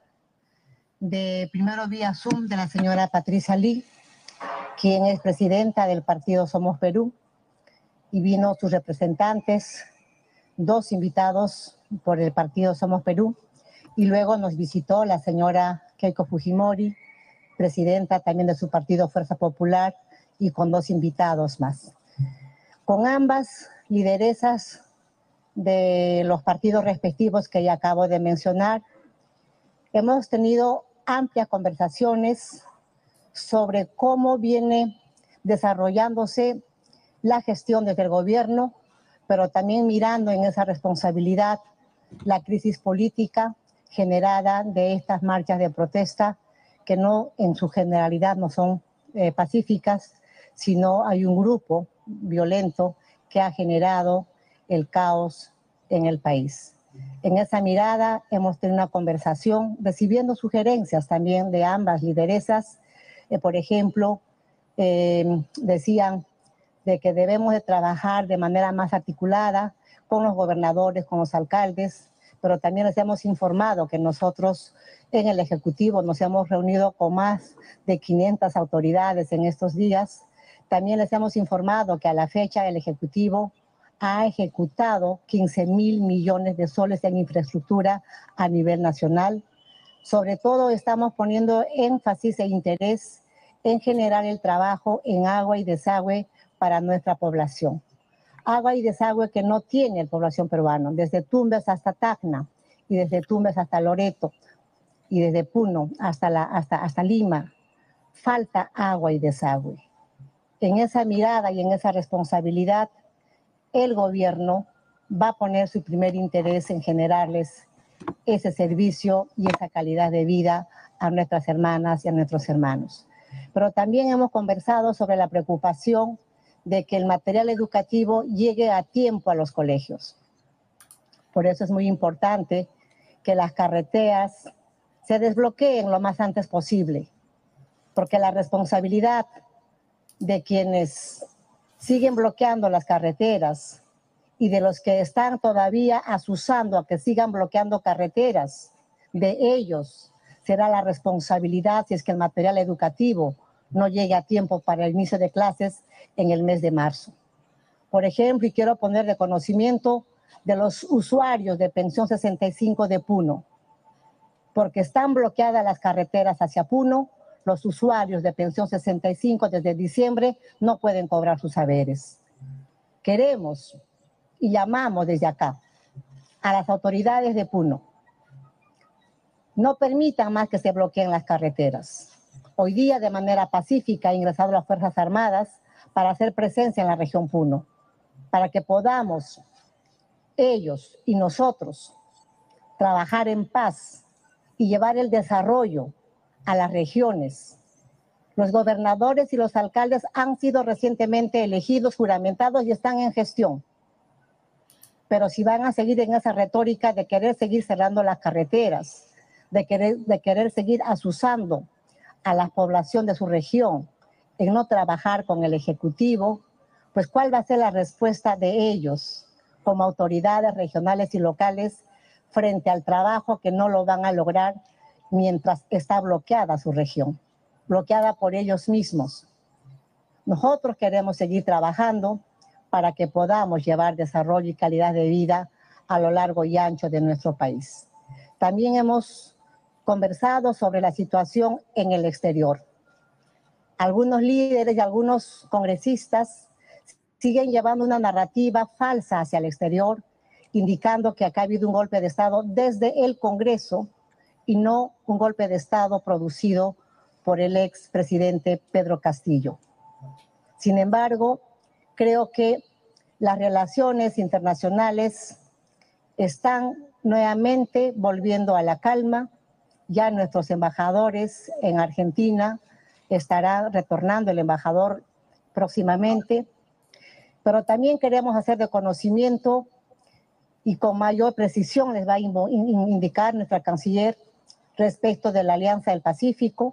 de primero vía Zoom de la señora Patricia Lee, quien es presidenta del partido Somos Perú, y vino sus representantes, 2 invitados por el partido Somos Perú, y luego nos visitó la señora Keiko Fujimori, presidenta también de su partido Fuerza Popular, y con 2 invitados más. Con ambas lideresas de los partidos respectivos que ya acabo de mencionar, hemos tenido amplias conversaciones sobre cómo viene desarrollándose la gestión desde el gobierno, pero también mirando en esa responsabilidad la crisis política generada de estas marchas de protesta que no en su generalidad no son pacíficas, sino hay un grupo violento que ha generado el caos en el país. En esa mirada hemos tenido una conversación recibiendo sugerencias también de ambas lideresas. Por ejemplo, decían de que debemos de trabajar de manera más articulada con los gobernadores, con los alcaldes, pero también les hemos informado que nosotros en el Ejecutivo nos hemos reunido con más de 500 autoridades en estos días. También les hemos informado que a la fecha el Ejecutivo ha ejecutado 15.000 millones de soles en infraestructura a nivel nacional. Sobre todo estamos poniendo énfasis e interés en generar el trabajo en agua y desagüe para nuestra población. Agua y desagüe que no tiene la población peruana, desde Tumbes hasta Tacna, y desde Tumbes hasta Loreto, y desde Puno hasta Lima. Falta agua y desagüe. En esa mirada y en esa responsabilidad, el gobierno va a poner su primer interés en generarles ese servicio y esa calidad de vida a nuestras hermanas y a nuestros hermanos. Pero también hemos conversado sobre la preocupación de que el material educativo llegue a tiempo a los colegios. Por eso es muy importante que las carreteras se desbloqueen lo más antes posible, porque la responsabilidad de quienes siguen bloqueando las carreteras y de los que están todavía asusando a que sigan bloqueando carreteras, de ellos será la responsabilidad si es que el material educativo no llegue a tiempo para el inicio de clases en el mes de marzo. Por ejemplo, y quiero poner de conocimiento de los usuarios de Pensión 65 de Puno, porque están bloqueadas las carreteras hacia Puno, los usuarios de Pensión 65 desde diciembre no pueden cobrar sus haberes. Queremos y llamamos desde acá a las autoridades de Puno, no permitan más que se bloqueen las carreteras. Hoy día, de manera pacífica, han ingresado las Fuerzas Armadas para hacer presencia en la región Puno, para que podamos, ellos y nosotros, trabajar en paz y llevar el desarrollo a las regiones. Los gobernadores y los alcaldes han sido recientemente elegidos, juramentados y están en gestión. Pero si van a seguir en esa retórica de querer seguir cerrando las carreteras, de querer seguir asusando a la población de su región, en no trabajar con el Ejecutivo, pues ¿cuál va a ser la respuesta de ellos como autoridades regionales y locales frente al trabajo que no lo van a lograr mientras está bloqueada su región, bloqueada por ellos mismos? Nosotros queremos seguir trabajando para que podamos llevar desarrollo y calidad de vida a lo largo y ancho de nuestro país. También hemos conversado sobre la situación en el exterior. Algunos líderes y algunos congresistas siguen llevando una narrativa falsa hacia el exterior, indicando que acá ha habido un golpe de Estado desde el Congreso y no un golpe de Estado producido por el expresidente Pedro Castillo. Sin embargo, creo que las relaciones internacionales están nuevamente volviendo a la calma. Ya nuestros embajadores en Argentina estará retornando el embajador próximamente, pero también queremos hacer de conocimiento y con mayor precisión les va a indicar nuestra canciller respecto de la Alianza del Pacífico.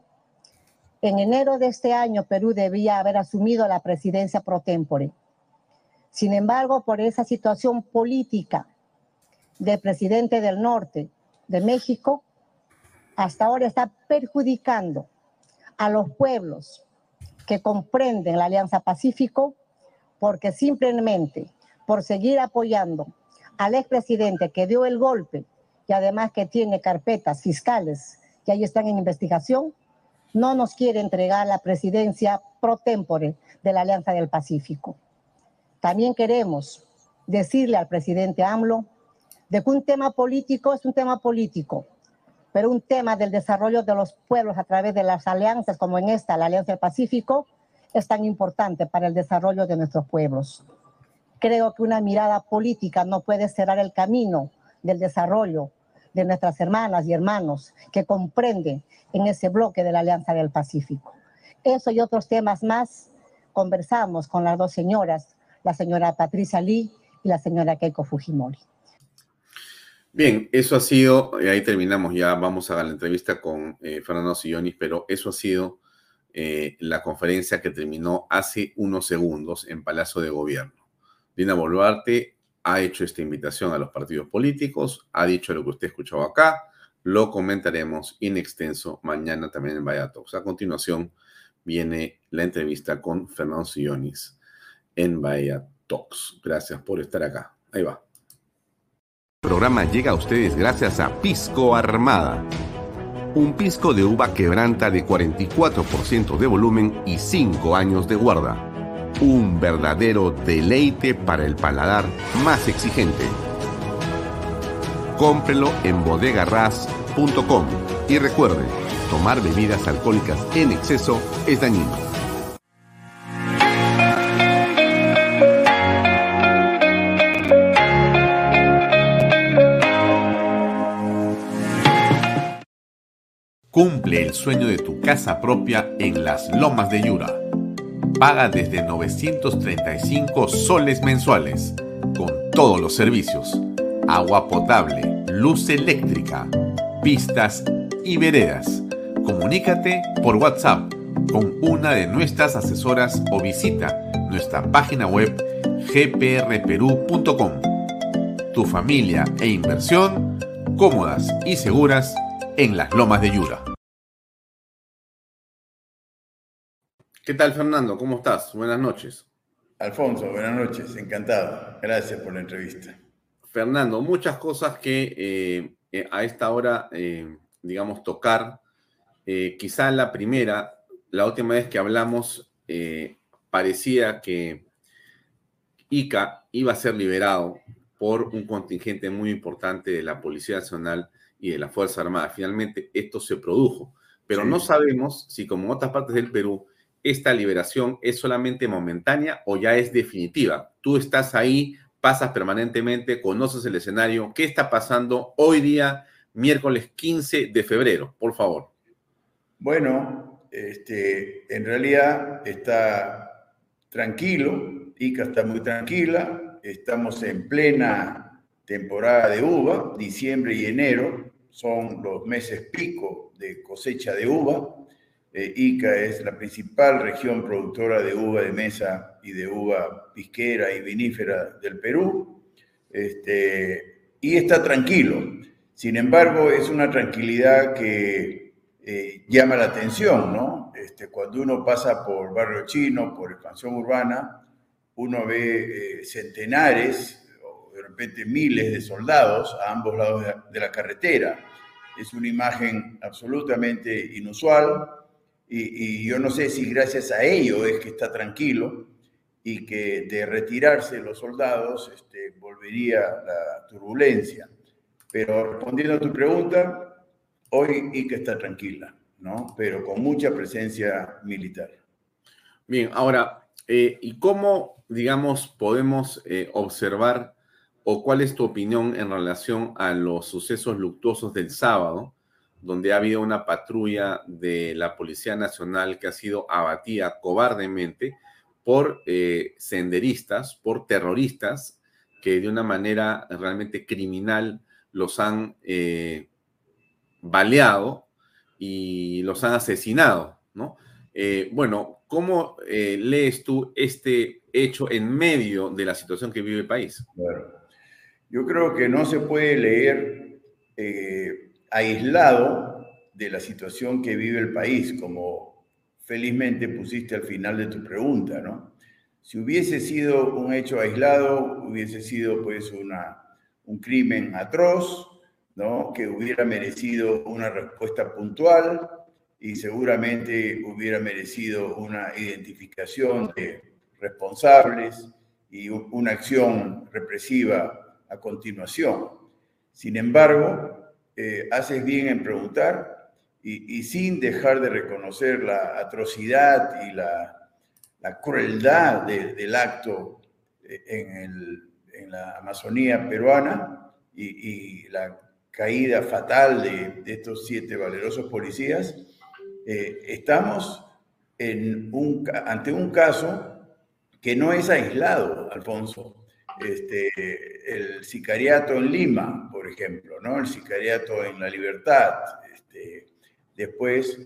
En enero de este año, Perú debía haber asumido la presidencia pro tempore. Sin embargo, por esa situación política del presidente del norte de México, hasta ahora está perjudicando a los pueblos que comprenden la Alianza Pacífico, porque simplemente por seguir apoyando al expresidente que dio el golpe y además que tiene carpetas fiscales que ahí están en investigación, no nos quiere entregar la presidencia pro tempore de la Alianza del Pacífico. También queremos decirle al presidente AMLO de que un tema político es un tema político, pero un tema del desarrollo de los pueblos a través de las alianzas, como en esta, la Alianza del Pacífico, es tan importante para el desarrollo de nuestros pueblos. Creo que una mirada política no puede cerrar el camino del desarrollo de nuestras hermanas y hermanos que comprenden en ese bloque de la Alianza del Pacífico. Eso y otros temas más conversamos con las dos señoras, la señora Patricia Lee y la señora Keiko Fujimori. Bien, eso ha sido, ahí terminamos ya, vamos a la entrevista con Fernando Sillonis, pero eso ha sido la conferencia que terminó hace unos segundos en Palacio de Gobierno. Dina Boluarte ha hecho esta invitación a los partidos políticos, ha dicho lo que usted ha escuchado acá, lo comentaremos in extenso mañana también en Bahía Talks. A continuación viene la entrevista con Fernando Sillonis en Bahía Talks. Gracias por estar acá. Ahí va. El programa llega a ustedes gracias a Pisco Armada. Un pisco de uva quebranta de 44% de volumen y 5 años de guarda. Un verdadero deleite para el paladar más exigente. Cómprelo en bodegarras.com y recuerde, tomar bebidas alcohólicas en exceso es dañino. Cumple el sueño de tu casa propia en las Lomas de Yura. Paga desde 935 soles mensuales, con todos los servicios: agua potable, luz eléctrica, pistas y veredas. Comunícate por WhatsApp con una de nuestras asesoras o visita nuestra página web gprperú.com. Tu familia e inversión cómodas y seguras en las Lomas de Yura. ¿Qué tal, Fernando? ¿Cómo estás? Buenas noches. Alfonso, buenas noches. Encantado. Gracias por la entrevista. Fernando, muchas cosas que a esta hora, digamos, tocar. Quizá la última vez que hablamos, parecía que Ica iba a ser liberado por un contingente muy importante de la Policía Nacional y de la Fuerza Armada. Finalmente, esto se produjo. Pero no sabemos si, como en otras partes del Perú, esta liberación es solamente momentánea o ya es definitiva. Tú estás ahí, pasas permanentemente, conoces el escenario. ¿Qué está pasando hoy día, miércoles 15 de febrero? Por favor. Bueno, en realidad está tranquilo. Ica está muy tranquila. Estamos en plena temporada de uva. Diciembre y enero son los meses pico de cosecha de uva. Ica es la principal región productora de uva de mesa y de uva pisquera y vinífera del Perú, y está tranquilo. Sin embargo, es una tranquilidad que llama la atención, ¿no? Cuando uno pasa por Barrio Chino, por Expansión Urbana, uno ve centenares o de repente miles de soldados a ambos lados de la carretera. Es una imagen absolutamente inusual. Y yo no sé si gracias a ello es que está tranquilo y que de retirarse los soldados volvería la turbulencia. Pero respondiendo a tu pregunta, hoy Ica está tranquila, ¿no? Pero con mucha presencia militar. Bien, ahora, ¿y cómo, digamos, podemos observar o cuál es tu opinión en relación a los sucesos luctuosos del sábado, donde ha habido una patrulla de la Policía Nacional que ha sido abatida cobardemente por senderistas, por terroristas, que de una manera realmente criminal los han baleado y los han asesinado, ¿no? Bueno, ¿cómo lees tú este hecho en medio de la situación que vive el país? Bueno, yo creo que no se puede leer aislado de la situación que vive el país, como felizmente pusiste al final de tu pregunta, ¿no? Si hubiese sido un hecho aislado, hubiese sido pues un crimen atroz, ¿no? Que hubiera merecido una respuesta puntual y seguramente hubiera merecido una identificación de responsables y una acción represiva a continuación. Sin embargo, haces bien en preguntar y sin dejar de reconocer la atrocidad y la crueldad del acto en la Amazonía peruana y la caída fatal de estos 7 valerosos policías, estamos ante un caso que no es aislado, Alfonso. El sicariato en Lima, por ejemplo, ¿no? El sicariato en La Libertad, después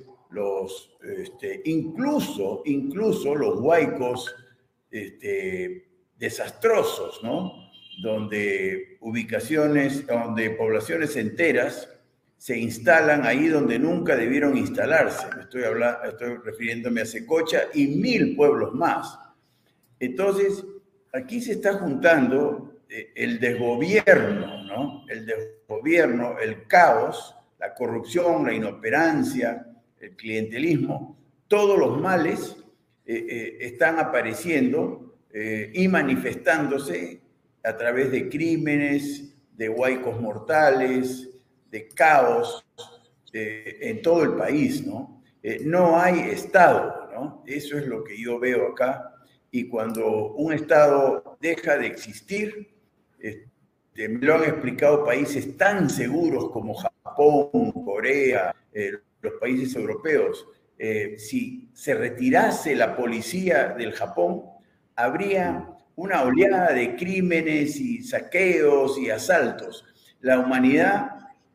incluso los huaicos desastrosos, ¿no? donde donde poblaciones enteras se instalan ahí donde nunca debieron instalarse. Estoy refiriéndome a Secocha y 1000 pueblos más. Entonces, aquí se está juntando el desgobierno, ¿no? El desgobierno, el caos, la corrupción, la inoperancia, el clientelismo, todos los males están apareciendo y manifestándose a través de crímenes, de huaicos mortales, de caos en todo el país, ¿no? No hay Estado, ¿no? Eso es lo que yo veo acá. Y cuando un Estado deja de existir, me lo han explicado países tan seguros como Japón, Corea, los países europeos. Si se retirase la policía del Japón, habría una oleada de crímenes y saqueos y asaltos. La humanidad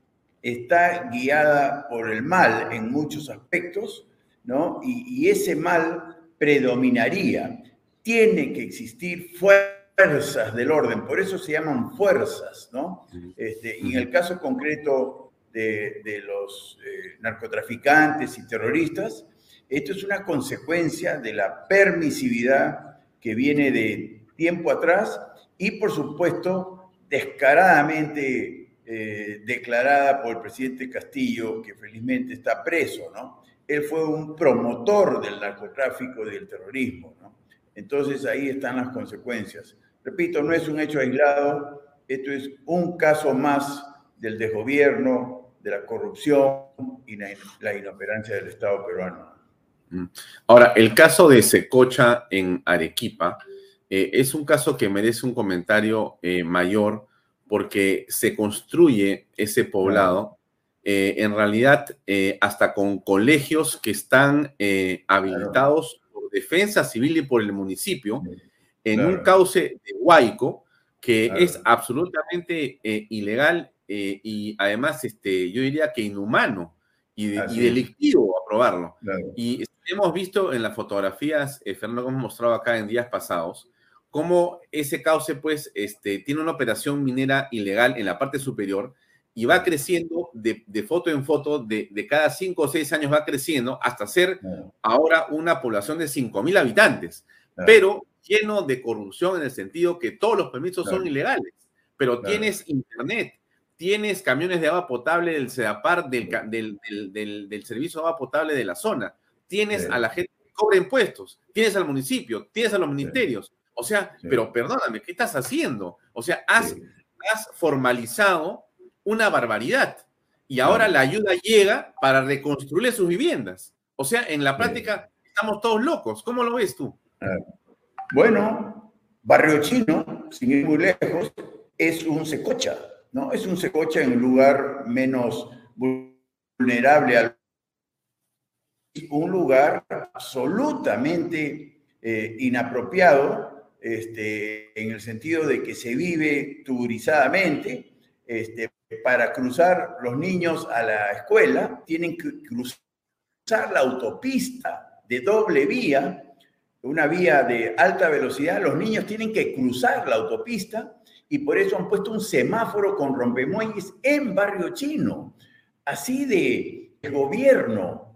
está guiada por el mal en muchos aspectos, ¿no? Y ese mal predominaría. Tiene que existir fuerzas del orden, por eso se llaman fuerzas, ¿no? Y en el caso concreto de los narcotraficantes y terroristas, esto es una consecuencia de la permisividad que viene de tiempo atrás y, por supuesto, descaradamente declarada por el presidente Castillo, que felizmente está preso, ¿no? Él fue un promotor del narcotráfico y del terrorismo, ¿no? Entonces ahí están las consecuencias. Repito, no es un hecho aislado, esto es un caso más del desgobierno, de la corrupción y la inoperancia del Estado peruano. Ahora, el caso de Secocha en Arequipa es un caso que merece un comentario mayor, porque se construye ese poblado, en realidad, hasta con colegios que están habilitados por Defensa Civil y por el municipio, en un cauce de Huayco, que es absolutamente ilegal y además, yo diría que inhumano y delictivo aprobarlo. Y hemos visto en las fotografías, Fernando, como hemos mostrado acá en días pasados, cómo ese cauce, pues, tiene una operación minera ilegal en la parte superior y va creciendo de foto en foto, de cada 5 o 6 años va creciendo hasta ser ahora una población de 5.000 habitantes, pero lleno de corrupción en el sentido que todos los permisos son ilegales, pero tienes internet, tienes camiones de agua potable del CEDAPAR, del servicio de agua potable de la zona, tienes a la gente que cobra impuestos, tienes al municipio, tienes a los ministerios. O sea, pero perdóname, ¿qué estás haciendo? O sea, has formalizado una barbaridad y ahora la ayuda llega para reconstruir sus viviendas. O sea, en la práctica estamos todos locos. ¿Cómo lo ves tú? Bueno, Barrio Chino, sin ir muy lejos, es un Secocha, ¿no? Es un Secocha en un lugar menos vulnerable, un lugar absolutamente inapropiado, en el sentido de que se vive tugurizadamente. Para cruzar los niños a la escuela, tienen que cruzar la autopista de doble vía, una vía de alta velocidad. Los niños tienen que cruzar la autopista y por eso han puesto un semáforo con rompemuelles en Barrio Chino. Así de gobierno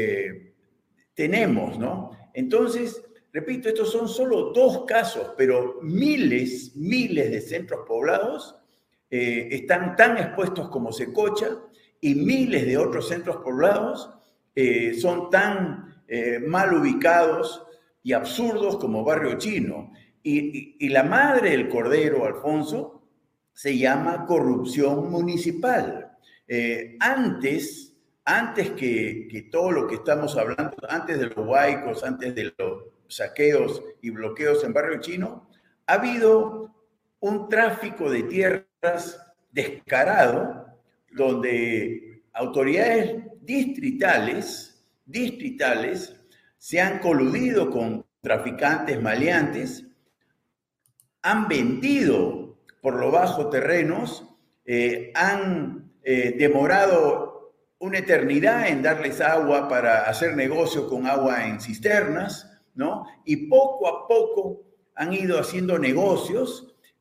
tenemos, ¿no? Entonces, repito, estos son solo 2 casos, pero miles de centros poblados están tan expuestos como Secocha y miles de otros centros poblados son tan mal ubicados y absurdos como Barrio Chino. Y la madre del cordero, Alfonso, se llama corrupción municipal. Antes que todo lo que estamos hablando, antes de los huaicos, antes de los saqueos y bloqueos en Barrio Chino, ha habido un tráfico de tierras descarado, donde autoridades distritales se han coludido con traficantes maleantes, han vendido por lo bajo terrenos, han demorado una eternidad en darles agua para hacer negocio con agua en cisternas, ¿no? Y poco a poco han ido haciendo negocios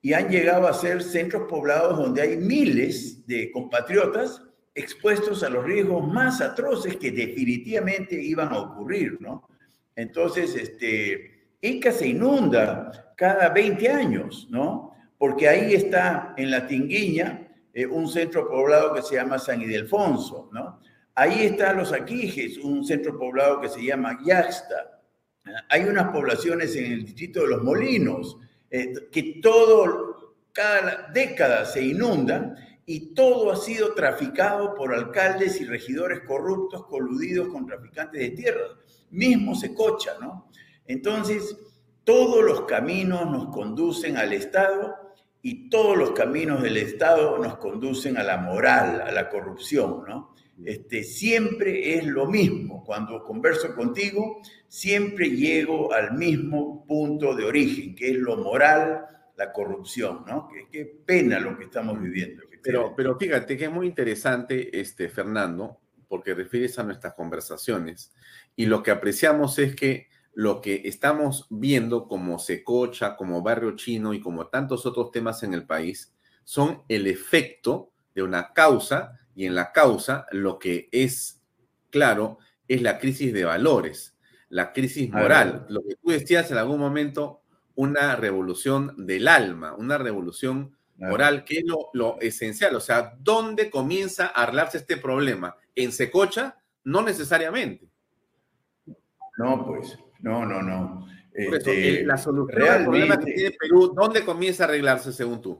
y han llegado a ser centros poblados donde hay miles de compatriotas expuestos a los riesgos más atroces que definitivamente iban a ocurrir, ¿no? Entonces, Ica se inunda cada 20 años, ¿no? Porque ahí está en la Tinguiña un centro poblado que se llama San Ildefonso, ¿no? Ahí están los Aquijes, un centro poblado que se llama Yaxta. Hay unas poblaciones en el distrito de Los Molinos que cada década se inundan y todo ha sido traficado por alcaldes y regidores corruptos coludidos con traficantes de tierras. Mismo Secocha, ¿no? Entonces, todos los caminos nos conducen al Estado y todos los caminos del Estado nos conducen a la moral, a la corrupción, ¿no? Siempre es lo mismo. Cuando converso contigo, siempre llego al mismo punto de origen, que es lo moral, la corrupción, ¿no? Qué pena lo que estamos viviendo. Pero fíjate que es muy interesante, Fernando, porque refieres a nuestras conversaciones y lo que apreciamos es que lo que estamos viendo como Secocha, como Barrio Chino y como tantos otros temas en el país son el efecto de una causa, y en la causa lo que es claro es la crisis de valores, la crisis moral. Lo que tú decías en algún momento, una revolución del alma, una revolución moral, que es lo esencial. O sea, ¿dónde comienza a arreglarse este problema? ¿En Secocha? No necesariamente. No, pues, no. Por eso, la solución al problema que tiene Perú, ¿dónde comienza a arreglarse según tú?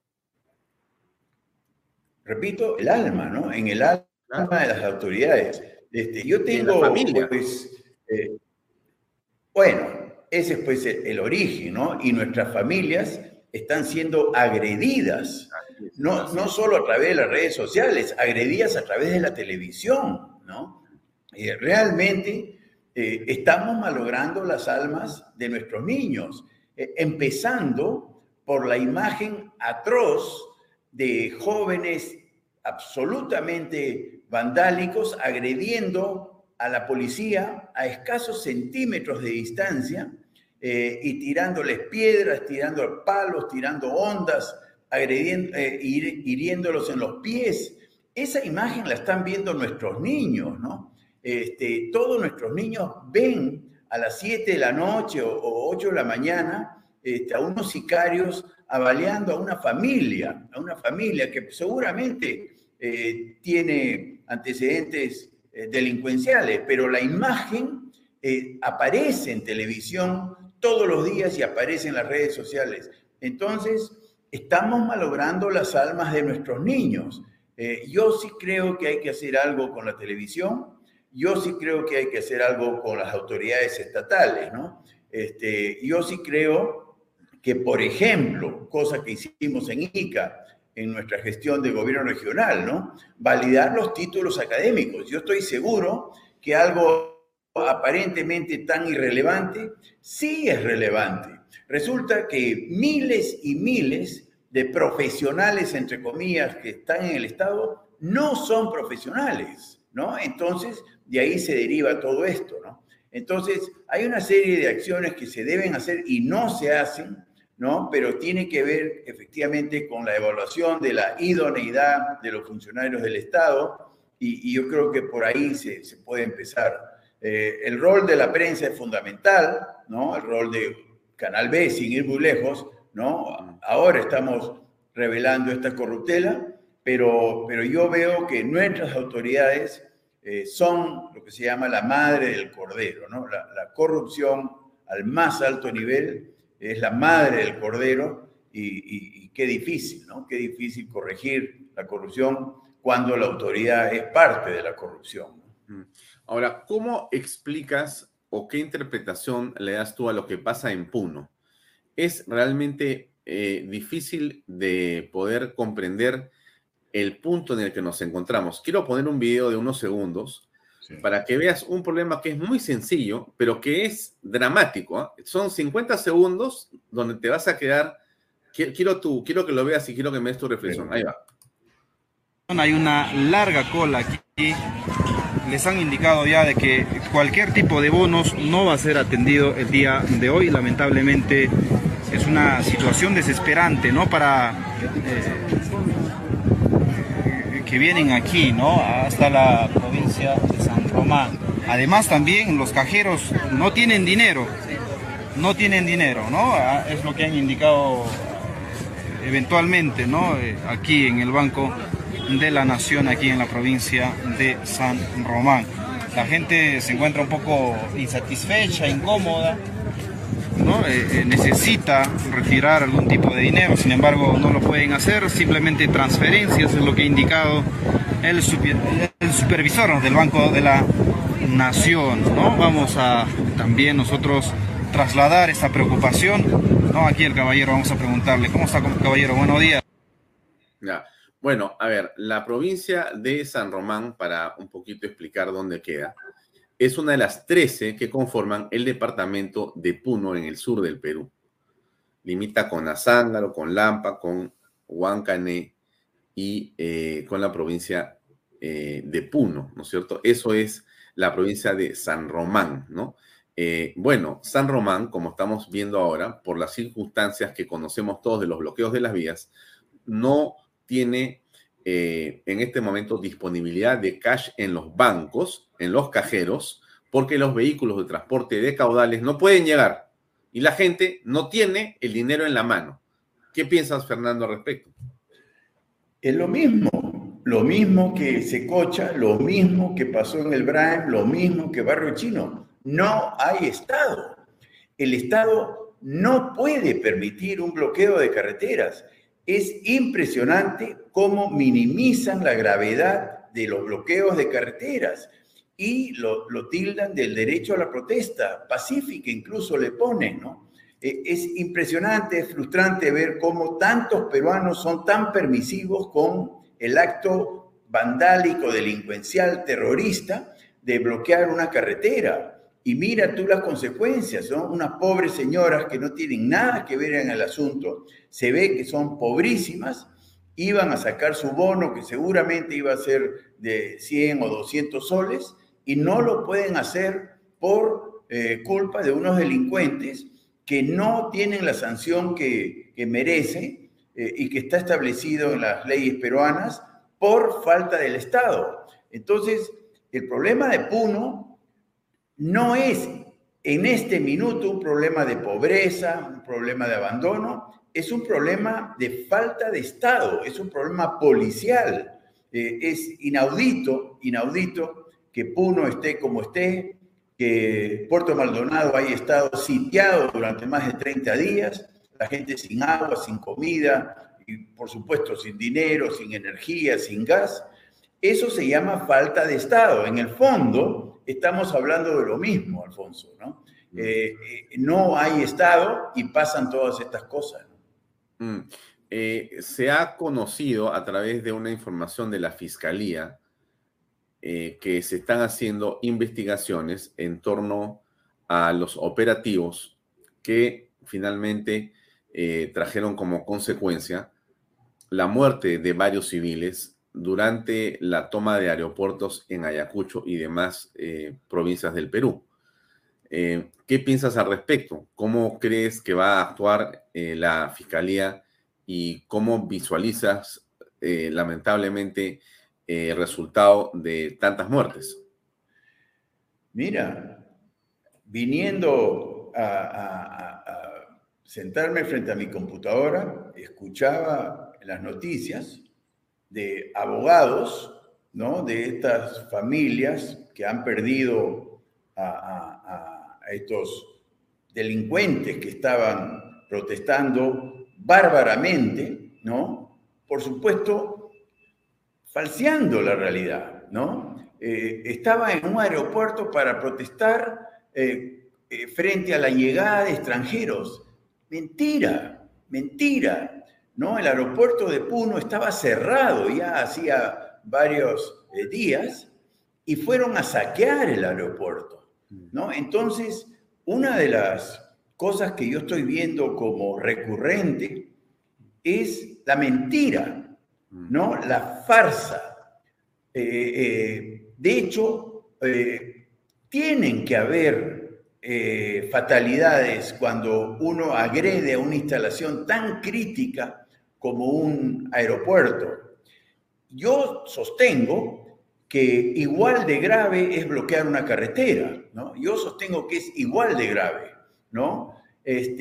Repito, el alma, ¿no? En el alma de las autoridades. Yo tengo, pues, bueno, ese es pues el origen, ¿no? Y nuestras familias están siendo agredidas, no solo a través de las redes sociales, agredidas a través de la televisión, ¿no? Realmente estamos malogrando las almas de nuestros niños, empezando por la imagen atroz de jóvenes absolutamente vandálicos agrediendo a la policía a escasos centímetros de distancia y tirándoles piedras, tirando palos, tirando ondas, hiriéndolos en los pies. Esa imagen la están viendo nuestros niños, ¿no? Todos nuestros niños ven a las 7 de la noche o 8 de la mañana a unos sicarios avaliando a una familia que seguramente tiene antecedentes delincuenciales, pero la imagen aparece en televisión todos los días y aparece en las redes sociales. Entonces, estamos malogrando las almas de nuestros niños. Yo sí creo que hay que hacer algo con la televisión, yo sí creo que hay que hacer algo con las autoridades estatales, ¿no? Yo sí creo que, por ejemplo, cosa que hicimos en Ica, en nuestra gestión de gobierno regional, ¿no? Validar los títulos académicos. Yo estoy seguro que algo aparentemente tan irrelevante sí es relevante. Resulta que miles y miles de profesionales, entre comillas, que están en el Estado, no son profesionales, ¿no? Entonces, de ahí se deriva todo esto, ¿no? Entonces, hay una serie de acciones que se deben hacer y no se hacen, ¿no? Pero tiene que ver efectivamente con la evaluación de la idoneidad de los funcionarios del Estado y yo creo que por ahí se puede empezar. El rol de la prensa es fundamental, ¿no? El rol de Canal B, sin ir muy lejos, ¿no? Ahora estamos revelando esta corruptela, pero yo veo que nuestras autoridades son lo que se llama la madre del cordero, ¿no? La corrupción al más alto nivel es la madre del cordero y qué difícil, ¿no? Qué difícil corregir la corrupción cuando la autoridad es parte de la corrupción. Ahora, ¿cómo explicas o qué interpretación le das tú a lo que pasa en Puno? Es realmente difícil de poder comprender el punto en el que nos encontramos. Quiero poner un video de unos segundos para que veas un problema que es muy sencillo, pero que es dramático, ¿eh? Son 50 segundos donde te vas a quedar. Quiero que lo veas y quiero que me des tu reflexión. Ahí va. Hay una larga cola aquí. Les han indicado ya de que cualquier tipo de bonos no va a ser atendido el día de hoy. Lamentablemente Es una situación desesperante, ¿no? Para que vienen aquí, ¿no? Hasta la provincia de San Román. Además también los cajeros no tienen dinero, ¿no? Es lo que han indicado eventualmente, ¿no? Aquí en el Banco de la Nación, aquí en la provincia de San Román. La gente se encuentra un poco insatisfecha, incómoda, ¿no? Necesita retirar algún tipo de dinero, sin embargo no lo pueden hacer, simplemente transferencias es lo que ha indicado el supervisor del Banco de la Nación, ¿no? Vamos a también nosotros trasladar esta preocupación, ¿no? Aquí el caballero, vamos a preguntarle, ¿cómo está, caballero? Buenos días. Ya. Bueno, a ver, la provincia de San Román, para un poquito explicar dónde queda, es una de las 13 que conforman el departamento de Puno en el sur del Perú. Limita con Azángaro, con Lampa, con Huancané y con la provincia de Puno, ¿no es cierto? Eso es la provincia de San Román, ¿no? Bueno, San Román, como estamos viendo ahora, por las circunstancias que conocemos todos de los bloqueos de las vías, no tiene en este momento disponibilidad de cash en los bancos, en los cajeros, porque los vehículos de transporte de caudales no pueden llegar y la gente no tiene el dinero en la mano. ¿Qué piensas, Fernando, al respecto? Es lo mismo que Secocha, lo mismo que pasó en el Braem, lo mismo que Barrio Chino. No hay Estado. El Estado no puede permitir un bloqueo de carreteras. Es impresionante cómo minimizan la gravedad de los bloqueos de carreteras y lo tildan del derecho a la protesta, pacífica incluso le ponen, ¿no? Es impresionante, es frustrante ver cómo tantos peruanos son tan permisivos con el acto vandálico, delincuencial, terrorista de bloquear una carretera. Y mira tú las consecuencias, son unas pobres señoras que no tienen nada que ver en el asunto, se ve que son pobrísimas, iban a sacar su bono que seguramente iba a ser de 100 o 200 soles y no lo pueden hacer por culpa de unos delincuentes que no tienen la sanción que merece y que está establecido en las leyes peruanas por falta del Estado. Entonces, el problema de Puno no es en este minuto un problema de pobreza, un problema de abandono, es un problema de falta de Estado, es un problema policial. Es inaudito que Puno esté como esté, que Puerto Maldonado haya estado sitiado durante más de 30 días, la gente sin agua, sin comida y por supuesto sin dinero, sin energía, sin gas. Eso se llama falta de Estado. En el fondo estamos hablando de lo mismo, Alfonso, ¿no? No hay Estado y pasan todas estas cosas. Se ha conocido a través de una información de la Fiscalía que se están haciendo investigaciones en torno a los operativos que finalmente trajeron como consecuencia la muerte de varios civiles durante la toma de aeropuertos en Ayacucho y demás provincias del Perú. ¿Qué piensas al respecto? ¿Cómo crees que va a actuar la Fiscalía y cómo visualizas lamentablemente el resultado de tantas muertes? Mira, viniendo a sentarme frente a mi computadora, escuchaba las noticias de abogados, ¿no?, de estas familias que han perdido a estos delincuentes que estaban protestando bárbaramente, ¿no? Por supuesto, falseando la realidad, ¿no? Estaba en un aeropuerto para protestar frente a la llegada de extranjeros. Mentira, mentira, ¿no? El aeropuerto de Puno estaba cerrado ya hacía varios días y fueron a saquear el aeropuerto, ¿no? Entonces, una de las cosas que yo estoy viendo como recurrente es la mentira, ¿no? La farsa. De hecho, tienen que haber fatalidades cuando uno agrede a una instalación tan crítica como un aeropuerto. Yo sostengo que igual de grave es bloquear una carretera, ¿no? Yo sostengo que es igual de grave, ¿no? Es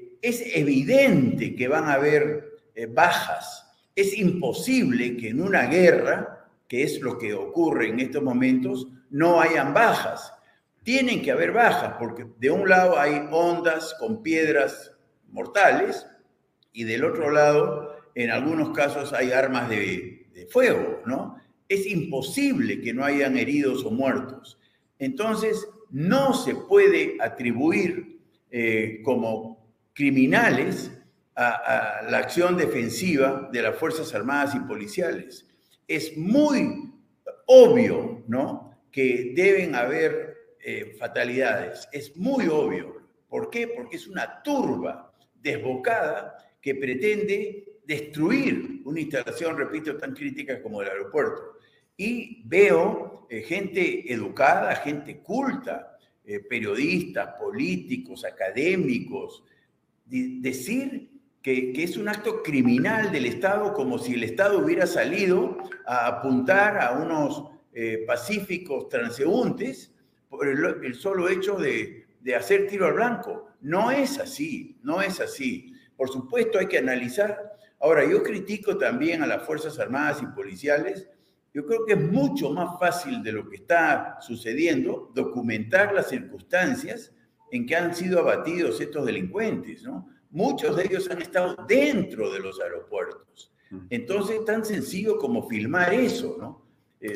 evidente que van a haber bajas. Es imposible que en una guerra, que es lo que ocurre en estos momentos, no hayan bajas. Tienen que haber bajas, porque de un lado hay ondas con piedras mortales y del otro lado, en algunos casos, hay armas de fuego, ¿no? Es imposible que no hayan heridos o muertos. Entonces, no se puede atribuir como criminales a la acción defensiva de las Fuerzas Armadas y Policiales. Es muy obvio, ¿no?, que deben haber fatalidades. Es muy obvio. ¿Por qué? Porque es una turba desbocada que pretende destruir una instalación, repito, tan crítica como el aeropuerto. Y veo gente educada, gente culta, periodistas, políticos, académicos, decir que es un acto criminal del Estado, como si el Estado hubiera salido a apuntar a unos pacíficos transeúntes por el solo hecho de hacer tiro al blanco. No es así, no es así. Por supuesto hay que analizar. Ahora, yo critico también a las Fuerzas Armadas y Policiales. Yo creo que es mucho más fácil de lo que está sucediendo documentar las circunstancias en que han sido abatidos estos delincuentes, ¿no? Muchos de ellos han estado dentro de los aeropuertos. Entonces, es tan sencillo como filmar eso, ¿no?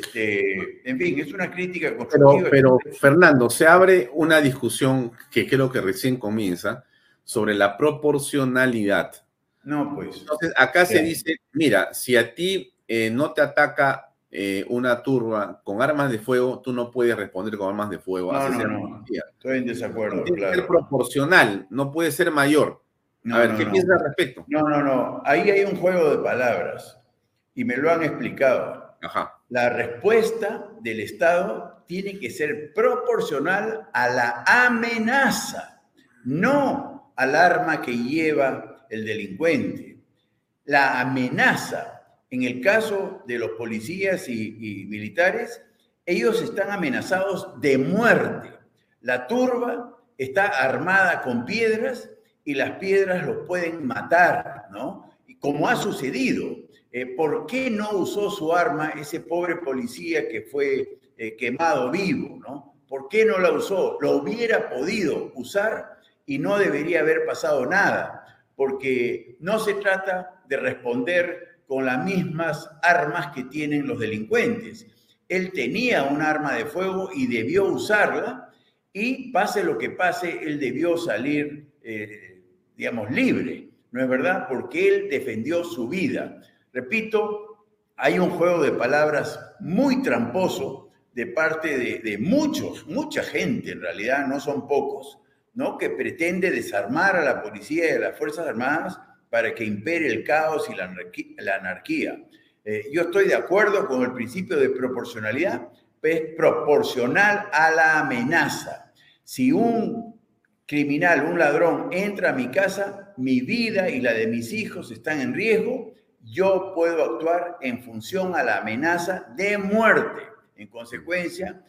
En fin, es una crítica constructiva. Pero, Fernando, se abre una discusión que creo que recién comienza sobre la proporcionalidad. No, pues. Entonces, acá se dice, mira, si a ti no te ataca una turba con armas de fuego, tú no puedes responder con armas de fuego. No. Estoy en desacuerdo, tiene claro. que ser proporcional, no puede ser mayor. A ver, ¿qué piensas al respecto? No. Ahí hay un juego de palabras y me lo han explicado. Ajá. La respuesta del Estado tiene que ser proporcional a la amenaza, no al arma que lleva el delincuente. La amenaza, en el caso de los policías y militares, ellos están amenazados de muerte. La turba está armada con piedras y las piedras los pueden matar, ¿no? Como ha sucedido. ¿Por qué no usó su arma ese pobre policía que fue quemado vivo, ¿no? ¿Por qué no la usó? Lo hubiera podido usar y no debería haber pasado nada, porque no se trata de responder con las mismas armas que tienen los delincuentes. Él tenía un arma de fuego y debió usarla, y pase lo que pase, él debió salir, digamos, libre, ¿no es verdad? Porque él defendió su vida. Repito, hay un juego de palabras muy tramposo de parte de mucha gente, en realidad, no son pocos, ¿no?, que pretende desarmar a la policía y a las Fuerzas Armadas para que impere el caos y la anarquía. Yo estoy de acuerdo con el principio de proporcionalidad, es proporcional a la amenaza. Si un criminal, un ladrón, entra a mi casa, mi vida y la de mis hijos están en riesgo, yo puedo actuar en función a la amenaza de muerte. En consecuencia,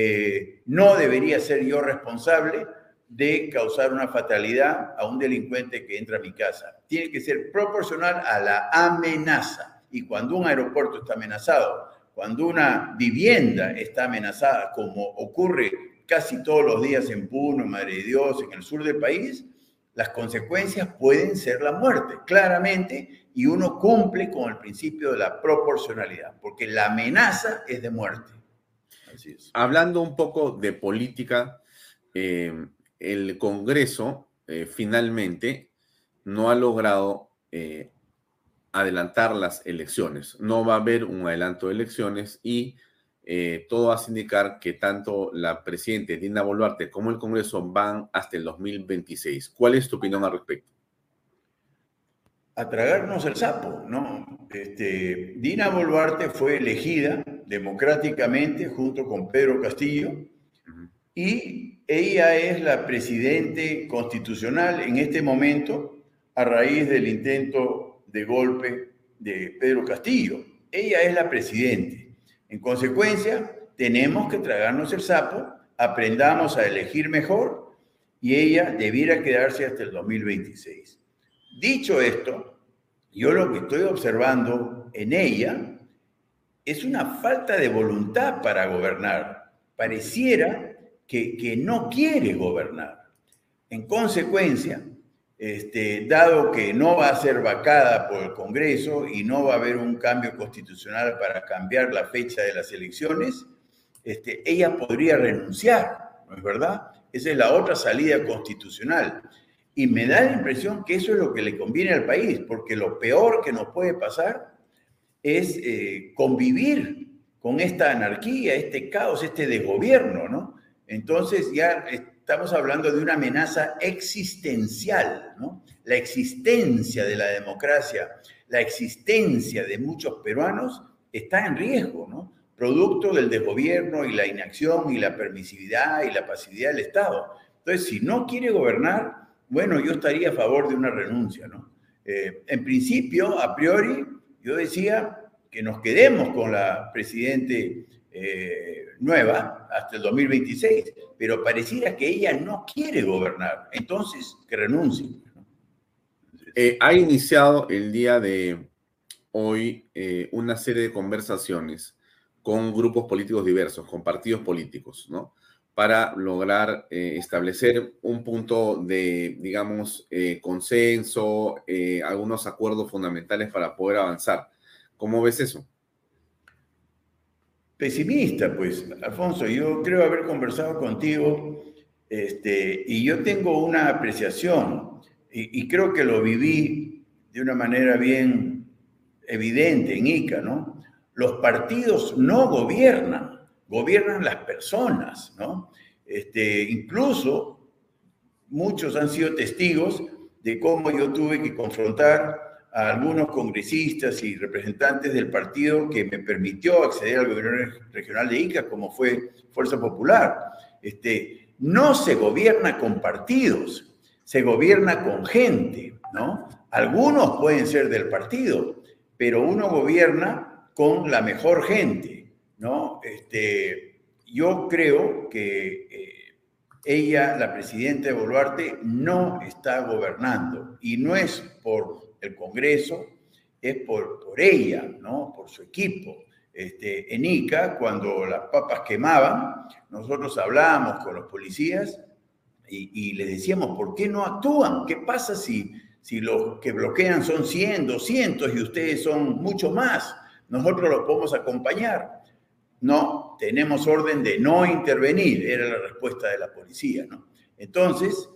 no debería ser yo responsable de causar una fatalidad a un delincuente que entra a mi casa. Tiene que ser proporcional a la amenaza. Y cuando un aeropuerto está amenazado, cuando una vivienda está amenazada, como ocurre casi todos los días en Puno, en Madre de Dios, en el sur del país, las consecuencias pueden ser la muerte, claramente, y uno cumple con el principio de la proporcionalidad, porque la amenaza es de muerte. Así es. Hablando un poco de política, el Congreso finalmente no ha logrado adelantar las elecciones. No va a haber un adelanto de elecciones y todo hace indicar que tanto la presidenta Dina Boluarte como el Congreso van hasta el 2026. ¿Cuál es tu opinión al respecto? A tragarnos el sapo, ¿no? Dina Boluarte fue elegida democráticamente junto con Pedro Castillo y ella es la presidente constitucional en este momento a raíz del intento de golpe de Pedro Castillo. Ella es la presidente. En consecuencia, tenemos que tragarnos el sapo, aprendamos a elegir mejor y ella debiera quedarse hasta el 2026. Dicho esto, yo lo que estoy observando en ella es una falta de voluntad para gobernar. Pareciera que no quiere gobernar. En consecuencia, dado que no va a ser vacada por el Congreso y no va a haber un cambio constitucional para cambiar la fecha de las elecciones, ella podría renunciar, ¿no es verdad? Esa es la otra salida constitucional. Y me da la impresión que eso es lo que le conviene al país, porque lo peor que nos puede pasar es convivir con esta anarquía, este caos, este desgobierno, ¿no? Entonces ya estamos hablando de una amenaza existencial, ¿no? La existencia de la democracia, la existencia de muchos peruanos está en riesgo, ¿no? Producto del desgobierno y la inacción y la permisividad y la pasividad del Estado. Entonces, si no quiere gobernar, bueno, yo estaría a favor de una renuncia, ¿no? En principio, a priori, yo decía que nos quedemos con la presidente nueva hasta el 2026, pero pareciera que ella no quiere gobernar, entonces que renuncie. Ha iniciado el día de hoy una serie de conversaciones con grupos políticos diversos, con partidos políticos, ¿no? Para lograr establecer un punto de, digamos, consenso, algunos acuerdos fundamentales para poder avanzar. ¿Cómo ves eso? Pesimista, pues, Alfonso. Yo creo haber conversado contigo y yo tengo una apreciación y creo que lo viví de una manera bien evidente en Ica, ¿no? Los partidos no gobiernan, gobiernan las personas, ¿no? Incluso muchos han sido testigos de cómo yo tuve que confrontar a algunos congresistas y representantes del partido que me permitió acceder al gobierno regional de Ica, como fue Fuerza Popular. No se gobierna con partidos, se gobierna con gente, ¿no? Algunos pueden ser del partido, pero uno gobierna con la mejor gente, ¿no? Yo creo que ella, la presidenta de Boluarte, no está gobernando y no es por el Congreso, es por ella, ¿no? Por su equipo. En Ica, cuando las papas quemaban, nosotros hablábamos con los policías y les decíamos, ¿por qué no actúan? ¿Qué pasa si los que bloquean son 100, 200 y ustedes son mucho más? Nosotros los podemos acompañar. No, tenemos orden de no intervenir, era la respuesta de la policía, ¿no? Entonces,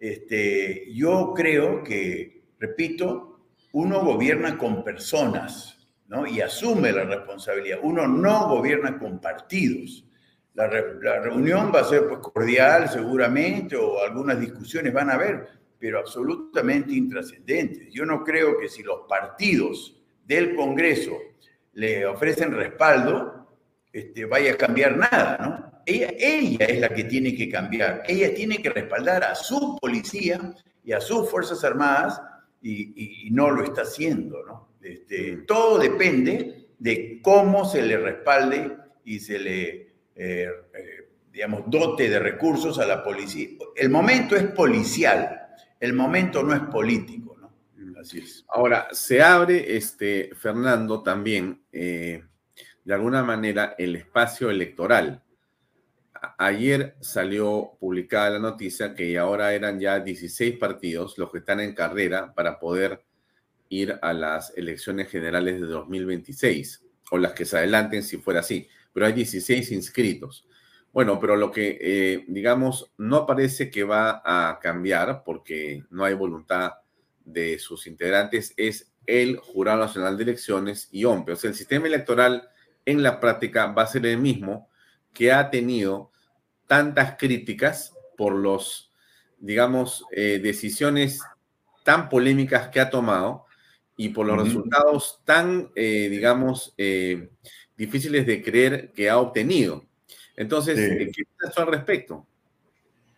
yo creo que, repito, uno gobierna con personas, ¿no? Y asume la responsabilidad. Uno no gobierna con partidos. La reunión va a ser pues, cordial, seguramente, o algunas discusiones van a haber, pero absolutamente intrascendentes. Yo no creo que si los partidos del Congreso le ofrecen respaldo, vaya a cambiar nada, ¿no? Ella es la que tiene que cambiar. Ella tiene que respaldar a su policía y a sus Fuerzas Armadas y no lo está haciendo, ¿no? Todo depende de cómo se le respalde y se le, digamos, dote de recursos a la policía. El momento es policial, el momento no es político, ¿no? Así es. Ahora, se abre, Fernando, también, de alguna manera, el espacio electoral. Ayer salió publicada la noticia que ahora eran ya 16 partidos los que están en carrera para poder ir a las elecciones generales de 2026, o las que se adelanten si fuera así, pero hay 16 inscritos. Bueno, pero lo que, digamos, no parece que va a cambiar porque no hay voluntad de sus integrantes es el Jurado Nacional de Elecciones y OMPE. O sea, el sistema electoral en la práctica va a ser el mismo que ha tenido tantas críticas por los, digamos, decisiones tan polémicas que ha tomado y por los resultados tan, digamos, difíciles de creer que ha obtenido. Entonces, ¿qué piensas al respecto?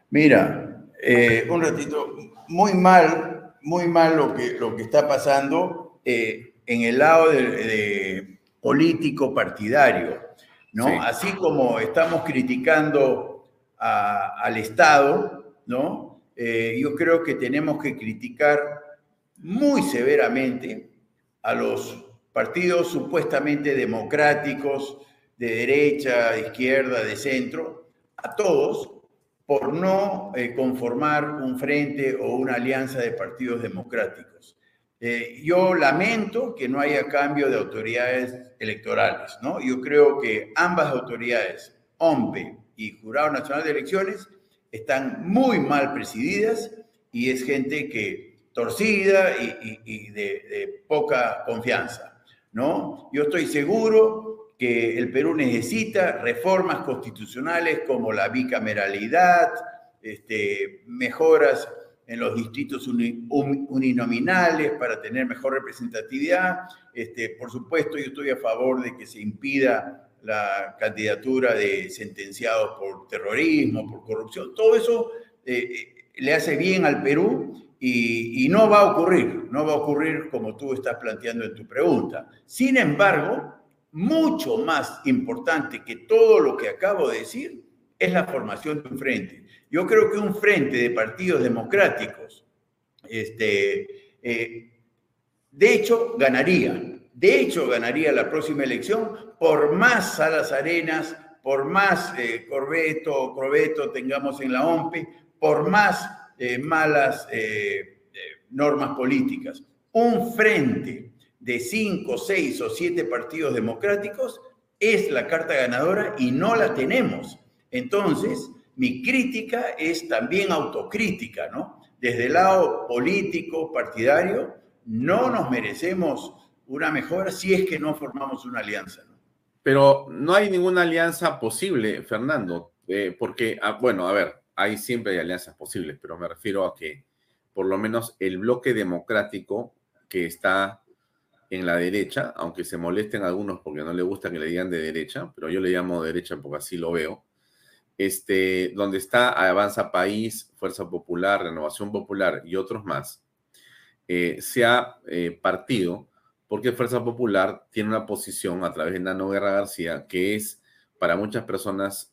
Mira, un ratito, muy mal lo que está pasando en el lado de político partidario, ¿no? Sí. Así como estamos criticando al Estado, ¿no? Yo creo que tenemos que criticar muy severamente a los partidos supuestamente democráticos, de derecha, de izquierda, de centro, a todos, por no conformar un frente o una alianza de partidos democráticos. Yo lamento que no haya cambio de autoridades electorales, ¿no? Yo creo que ambas autoridades, OMPE y Jurado Nacional de Elecciones, están muy mal presididas y es gente que torcida y de poca confianza, ¿no? Yo estoy seguro que el Perú necesita reformas constitucionales como la bicameralidad, mejoras en los distritos uninominales para tener mejor representatividad. Por supuesto, yo estoy a favor de que se impida la candidatura de sentenciados por terrorismo, por corrupción. Todo eso le hace bien al Perú y no va a ocurrir como tú estás planteando en tu pregunta. Sin embargo, mucho más importante que todo lo que acabo de decir es la formación de un frente. Yo creo que un frente de partidos democráticos, de hecho, ganaría la próxima elección por más Salas Arenas, por más Corbeto tengamos en la OMPE, por más malas normas políticas. Un frente de 5, 6 o 7 partidos democráticos es la carta ganadora y no la tenemos. Entonces, mi crítica es también autocrítica, ¿no? Desde el lado político, partidario, no nos merecemos una mejora si es que no formamos una alianza, ¿no? Pero no hay ninguna alianza posible, Fernando, porque, bueno, a ver, siempre hay alianzas posibles, pero me refiero a que por lo menos el bloque democrático que está en la derecha, aunque se molesten algunos porque no les gusta que le digan de derecha, pero yo le llamo de derecha porque así lo veo, donde está Avanza País, Fuerza Popular, Renovación Popular y otros más, se ha partido porque Fuerza Popular tiene una posición a través de Nano Guerra García que es para muchas personas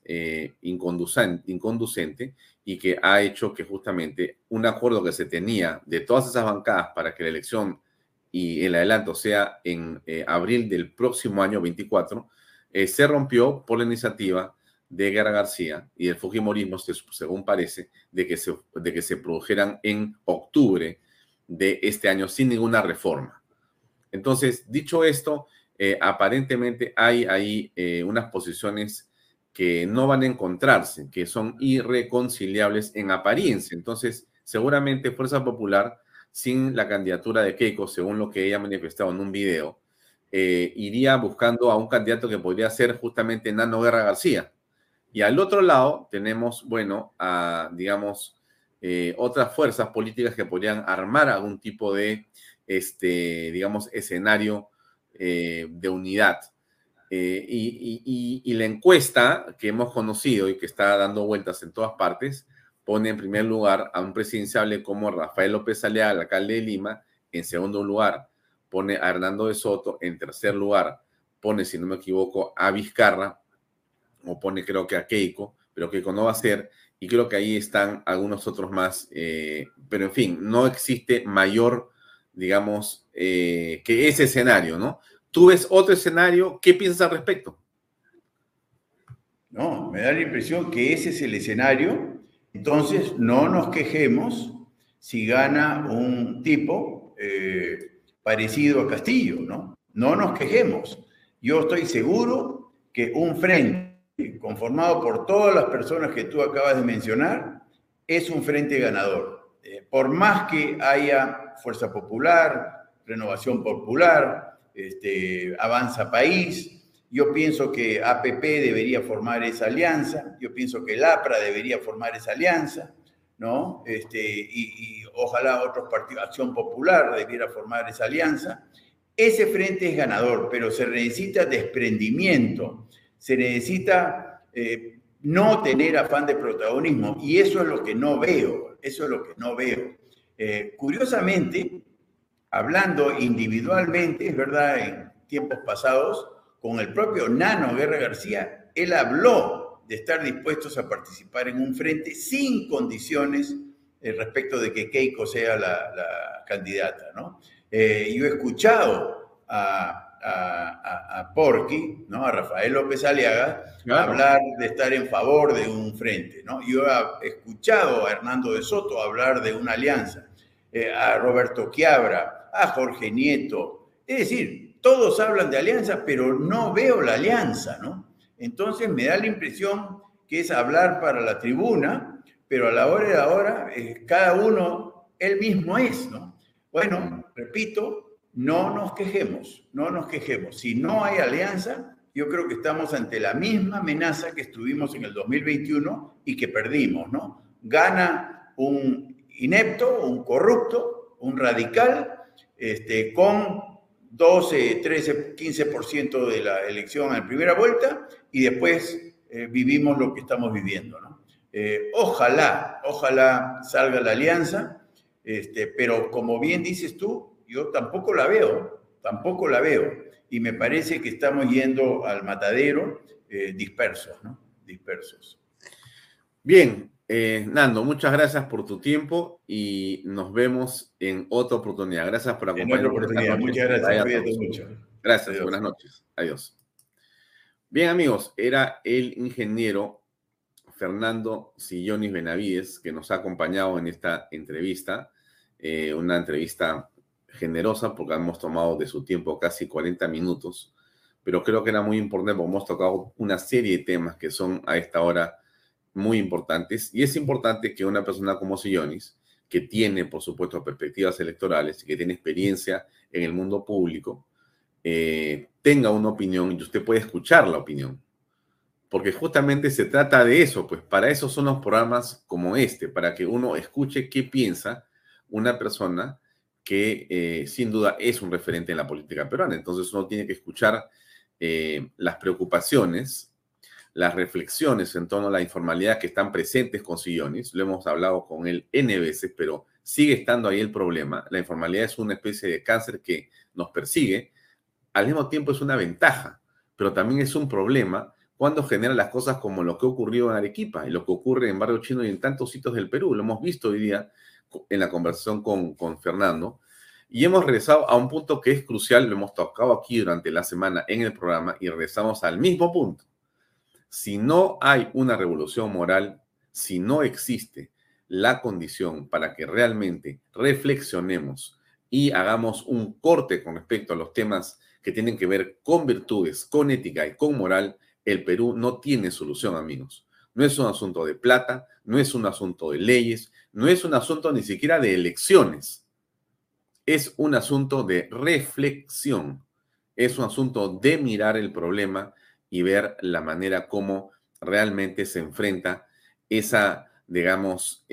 inconducente y que ha hecho que justamente un acuerdo que se tenía de todas esas bancadas para que la elección y el adelanto sea en abril del próximo año 24, se rompió por la iniciativa de Guerra García y del fujimorismo, según parece, de que se produjeran en octubre de este año sin ninguna reforma. Entonces, dicho esto, aparentemente hay ahí unas posiciones que no van a encontrarse, que son irreconciliables en apariencia. Entonces, seguramente Fuerza Popular, sin la candidatura de Keiko, según lo que ella ha manifestado en un video, iría buscando a un candidato que podría ser justamente Nano Guerra García. Y al otro lado tenemos, bueno, digamos, otras fuerzas políticas que podrían armar algún tipo de, digamos, escenario de unidad. Y la encuesta que hemos conocido y que está dando vueltas en todas partes pone en primer lugar a un presidenciable como Rafael López Aliaga, el alcalde de Lima. En segundo lugar pone a Hernando de Soto. En tercer lugar pone, si no me equivoco, a Vizcarra, o pone creo que a Keiko, pero Keiko no va a ser, y creo que ahí están algunos otros más, pero en fin, no existe mayor, digamos, que ese escenario, ¿no? ¿Tú ves otro escenario? ¿Qué piensas al respecto? No, me da la impresión que ese es el escenario. Entonces, no nos quejemos si gana un tipo parecido a Castillo, ¿no? No nos quejemos. Yo estoy seguro que un frente conformado por todas las personas que tú acabas de mencionar es un frente ganador. Por más que haya Fuerza Popular, Renovación Popular, Avanza País, yo pienso que APP debería formar esa alianza, yo pienso que el APRA debería formar esa alianza, ¿no? Y ojalá otros partidos, Acción Popular debiera formar esa alianza. Ese frente es ganador, pero se necesita desprendimiento, se necesita no tener afán de protagonismo. Y eso es lo que no veo, eso es lo que no veo. Curiosamente, hablando individualmente, es verdad, en tiempos pasados, con el propio Nano Guerra García, él habló de estar dispuestos a participar en un frente sin condiciones respecto de que Keiko sea la candidata, ¿no? Yo he escuchado a Porky, ¿no? A Rafael López Aliaga, claro, hablar de estar en favor de un frente, ¿no? Yo he escuchado a Hernando de Soto hablar de una alianza, a Roberto Quiabra, a Jorge Nieto. Es decir, todos hablan de alianza, pero no veo la alianza, ¿no? Entonces me da la impresión que es hablar para la tribuna, pero a la hora de la hora, cada uno él mismo es, ¿no? Bueno, repito, no nos quejemos, no nos quejemos. Si no hay alianza, yo creo que estamos ante la misma amenaza que estuvimos en el 2021 y que perdimos, ¿no? Gana un inepto, un corrupto, un radical, con 12, 13, 15% de la elección en primera vuelta, y después vivimos lo que estamos viviendo, ¿no? Ojalá salga la alianza, pero como bien dices tú, yo tampoco la veo, y me parece que estamos yendo al matadero dispersos, ¿no? Dispersos. Bien, Nando, muchas gracias por tu tiempo y nos vemos en otra oportunidad. Gracias por acompañarnos. Muchas gracias. Cuídate mucho. Gracias, Adiós. Buenas noches. Adiós. Bien, amigos, era el ingeniero Fernando Sillonis Benavides que nos ha acompañado en esta entrevista, una entrevista generosa porque hemos tomado de su tiempo casi 40 minutos, pero creo que era muy importante porque hemos tocado una serie de temas que son a esta hora muy importantes, y es importante que una persona como Sillonis, que tiene, por supuesto, perspectivas electorales y que tiene experiencia en el mundo público, tenga una opinión y usted puede escuchar la opinión. Porque justamente se trata de eso, pues para eso son los programas como este, para que uno escuche qué piensa una persona que sin duda es un referente en la política peruana. Entonces uno tiene que escuchar las preocupaciones, las reflexiones en torno a la informalidad que están presentes con Sillonis. Lo hemos hablado con él N veces, pero sigue estando ahí el problema. La informalidad es una especie de cáncer que nos persigue. Al mismo tiempo es una ventaja, pero también es un problema cuando genera las cosas como lo que ocurrió en Arequipa y lo que ocurre en Barrio Chino y en tantos sitios del Perú. Lo hemos visto hoy día en la conversación con Fernando. Y hemos regresado a un punto que es crucial, lo hemos tocado aquí durante la semana en el programa y regresamos al mismo punto. Si no hay una revolución moral, si no existe la condición para que realmente reflexionemos y hagamos un corte con respecto a los temas que tienen que ver con virtudes, con ética y con moral, el Perú no tiene solución, amigos. No es un asunto de plata, no es un asunto de leyes, no es un asunto ni siquiera de elecciones. Es un asunto de reflexión. Es un asunto de mirar el problema y ver la manera como realmente se enfrenta esa, digamos,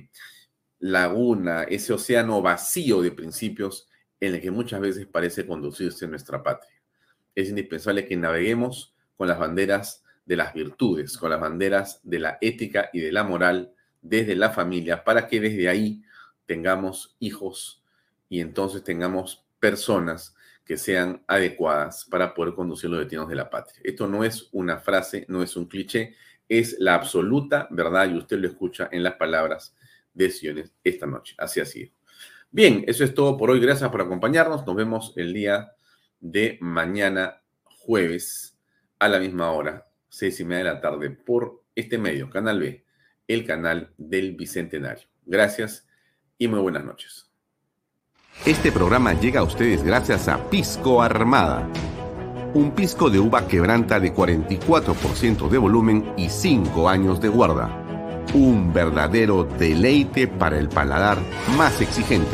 laguna, ese océano vacío de principios en el que muchas veces parece conducirse nuestra patria. Es indispensable que naveguemos con las banderas de las virtudes, con las banderas de la ética y de la moral desde la familia, para que desde ahí tengamos hijos y entonces tengamos personas que sean adecuadas para poder conducir los destinos de la patria. Esto no es una frase, no es un cliché, es la absoluta verdad y usted lo escucha en las palabras de Sillonis esta noche. Así ha sido. Bien, eso es todo por hoy. Gracias por acompañarnos. Nos vemos el día de mañana, jueves, a la misma hora, 6:30 de la tarde, por este medio, Canal B, el canal del Bicentenario. Gracias y muy buenas noches. Este programa llega a ustedes gracias a Pisco Armada. Un pisco de uva quebranta de 44% de volumen y 5 años de guarda. Un verdadero deleite para el paladar más exigente.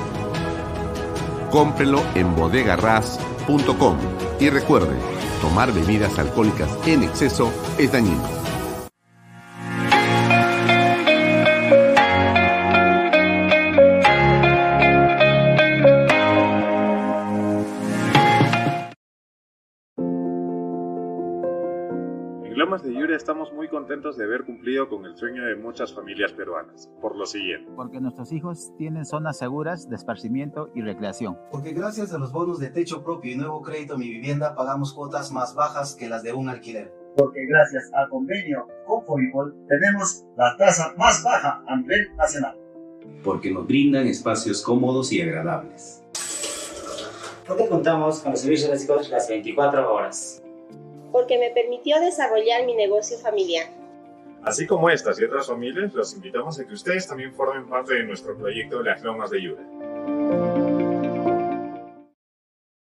Cómprelo en bodegarras.com y recuerde, tomar bebidas alcohólicas en exceso es dañino. En Lomas de Yura estamos estamos muy contentos de haber cumplido con el sueño de muchas familias peruanas, por lo siguiente. Porque nuestros hijos tienen zonas seguras de esparcimiento y recreación. Porque gracias a los bonos de techo propio y nuevo crédito Mi Vivienda pagamos cuotas más bajas que las de un alquiler. Porque gracias al convenio con Fovipol tenemos la tasa más baja a nivel nacional. Porque nos brindan espacios cómodos y agradables. Porque contamos con los servicios básicos las 24 horas. Porque me permitió desarrollar mi negocio familiar. Así como estas y otras familias, los invitamos a que ustedes también formen parte de nuestro proyecto Las Lomas de Yura.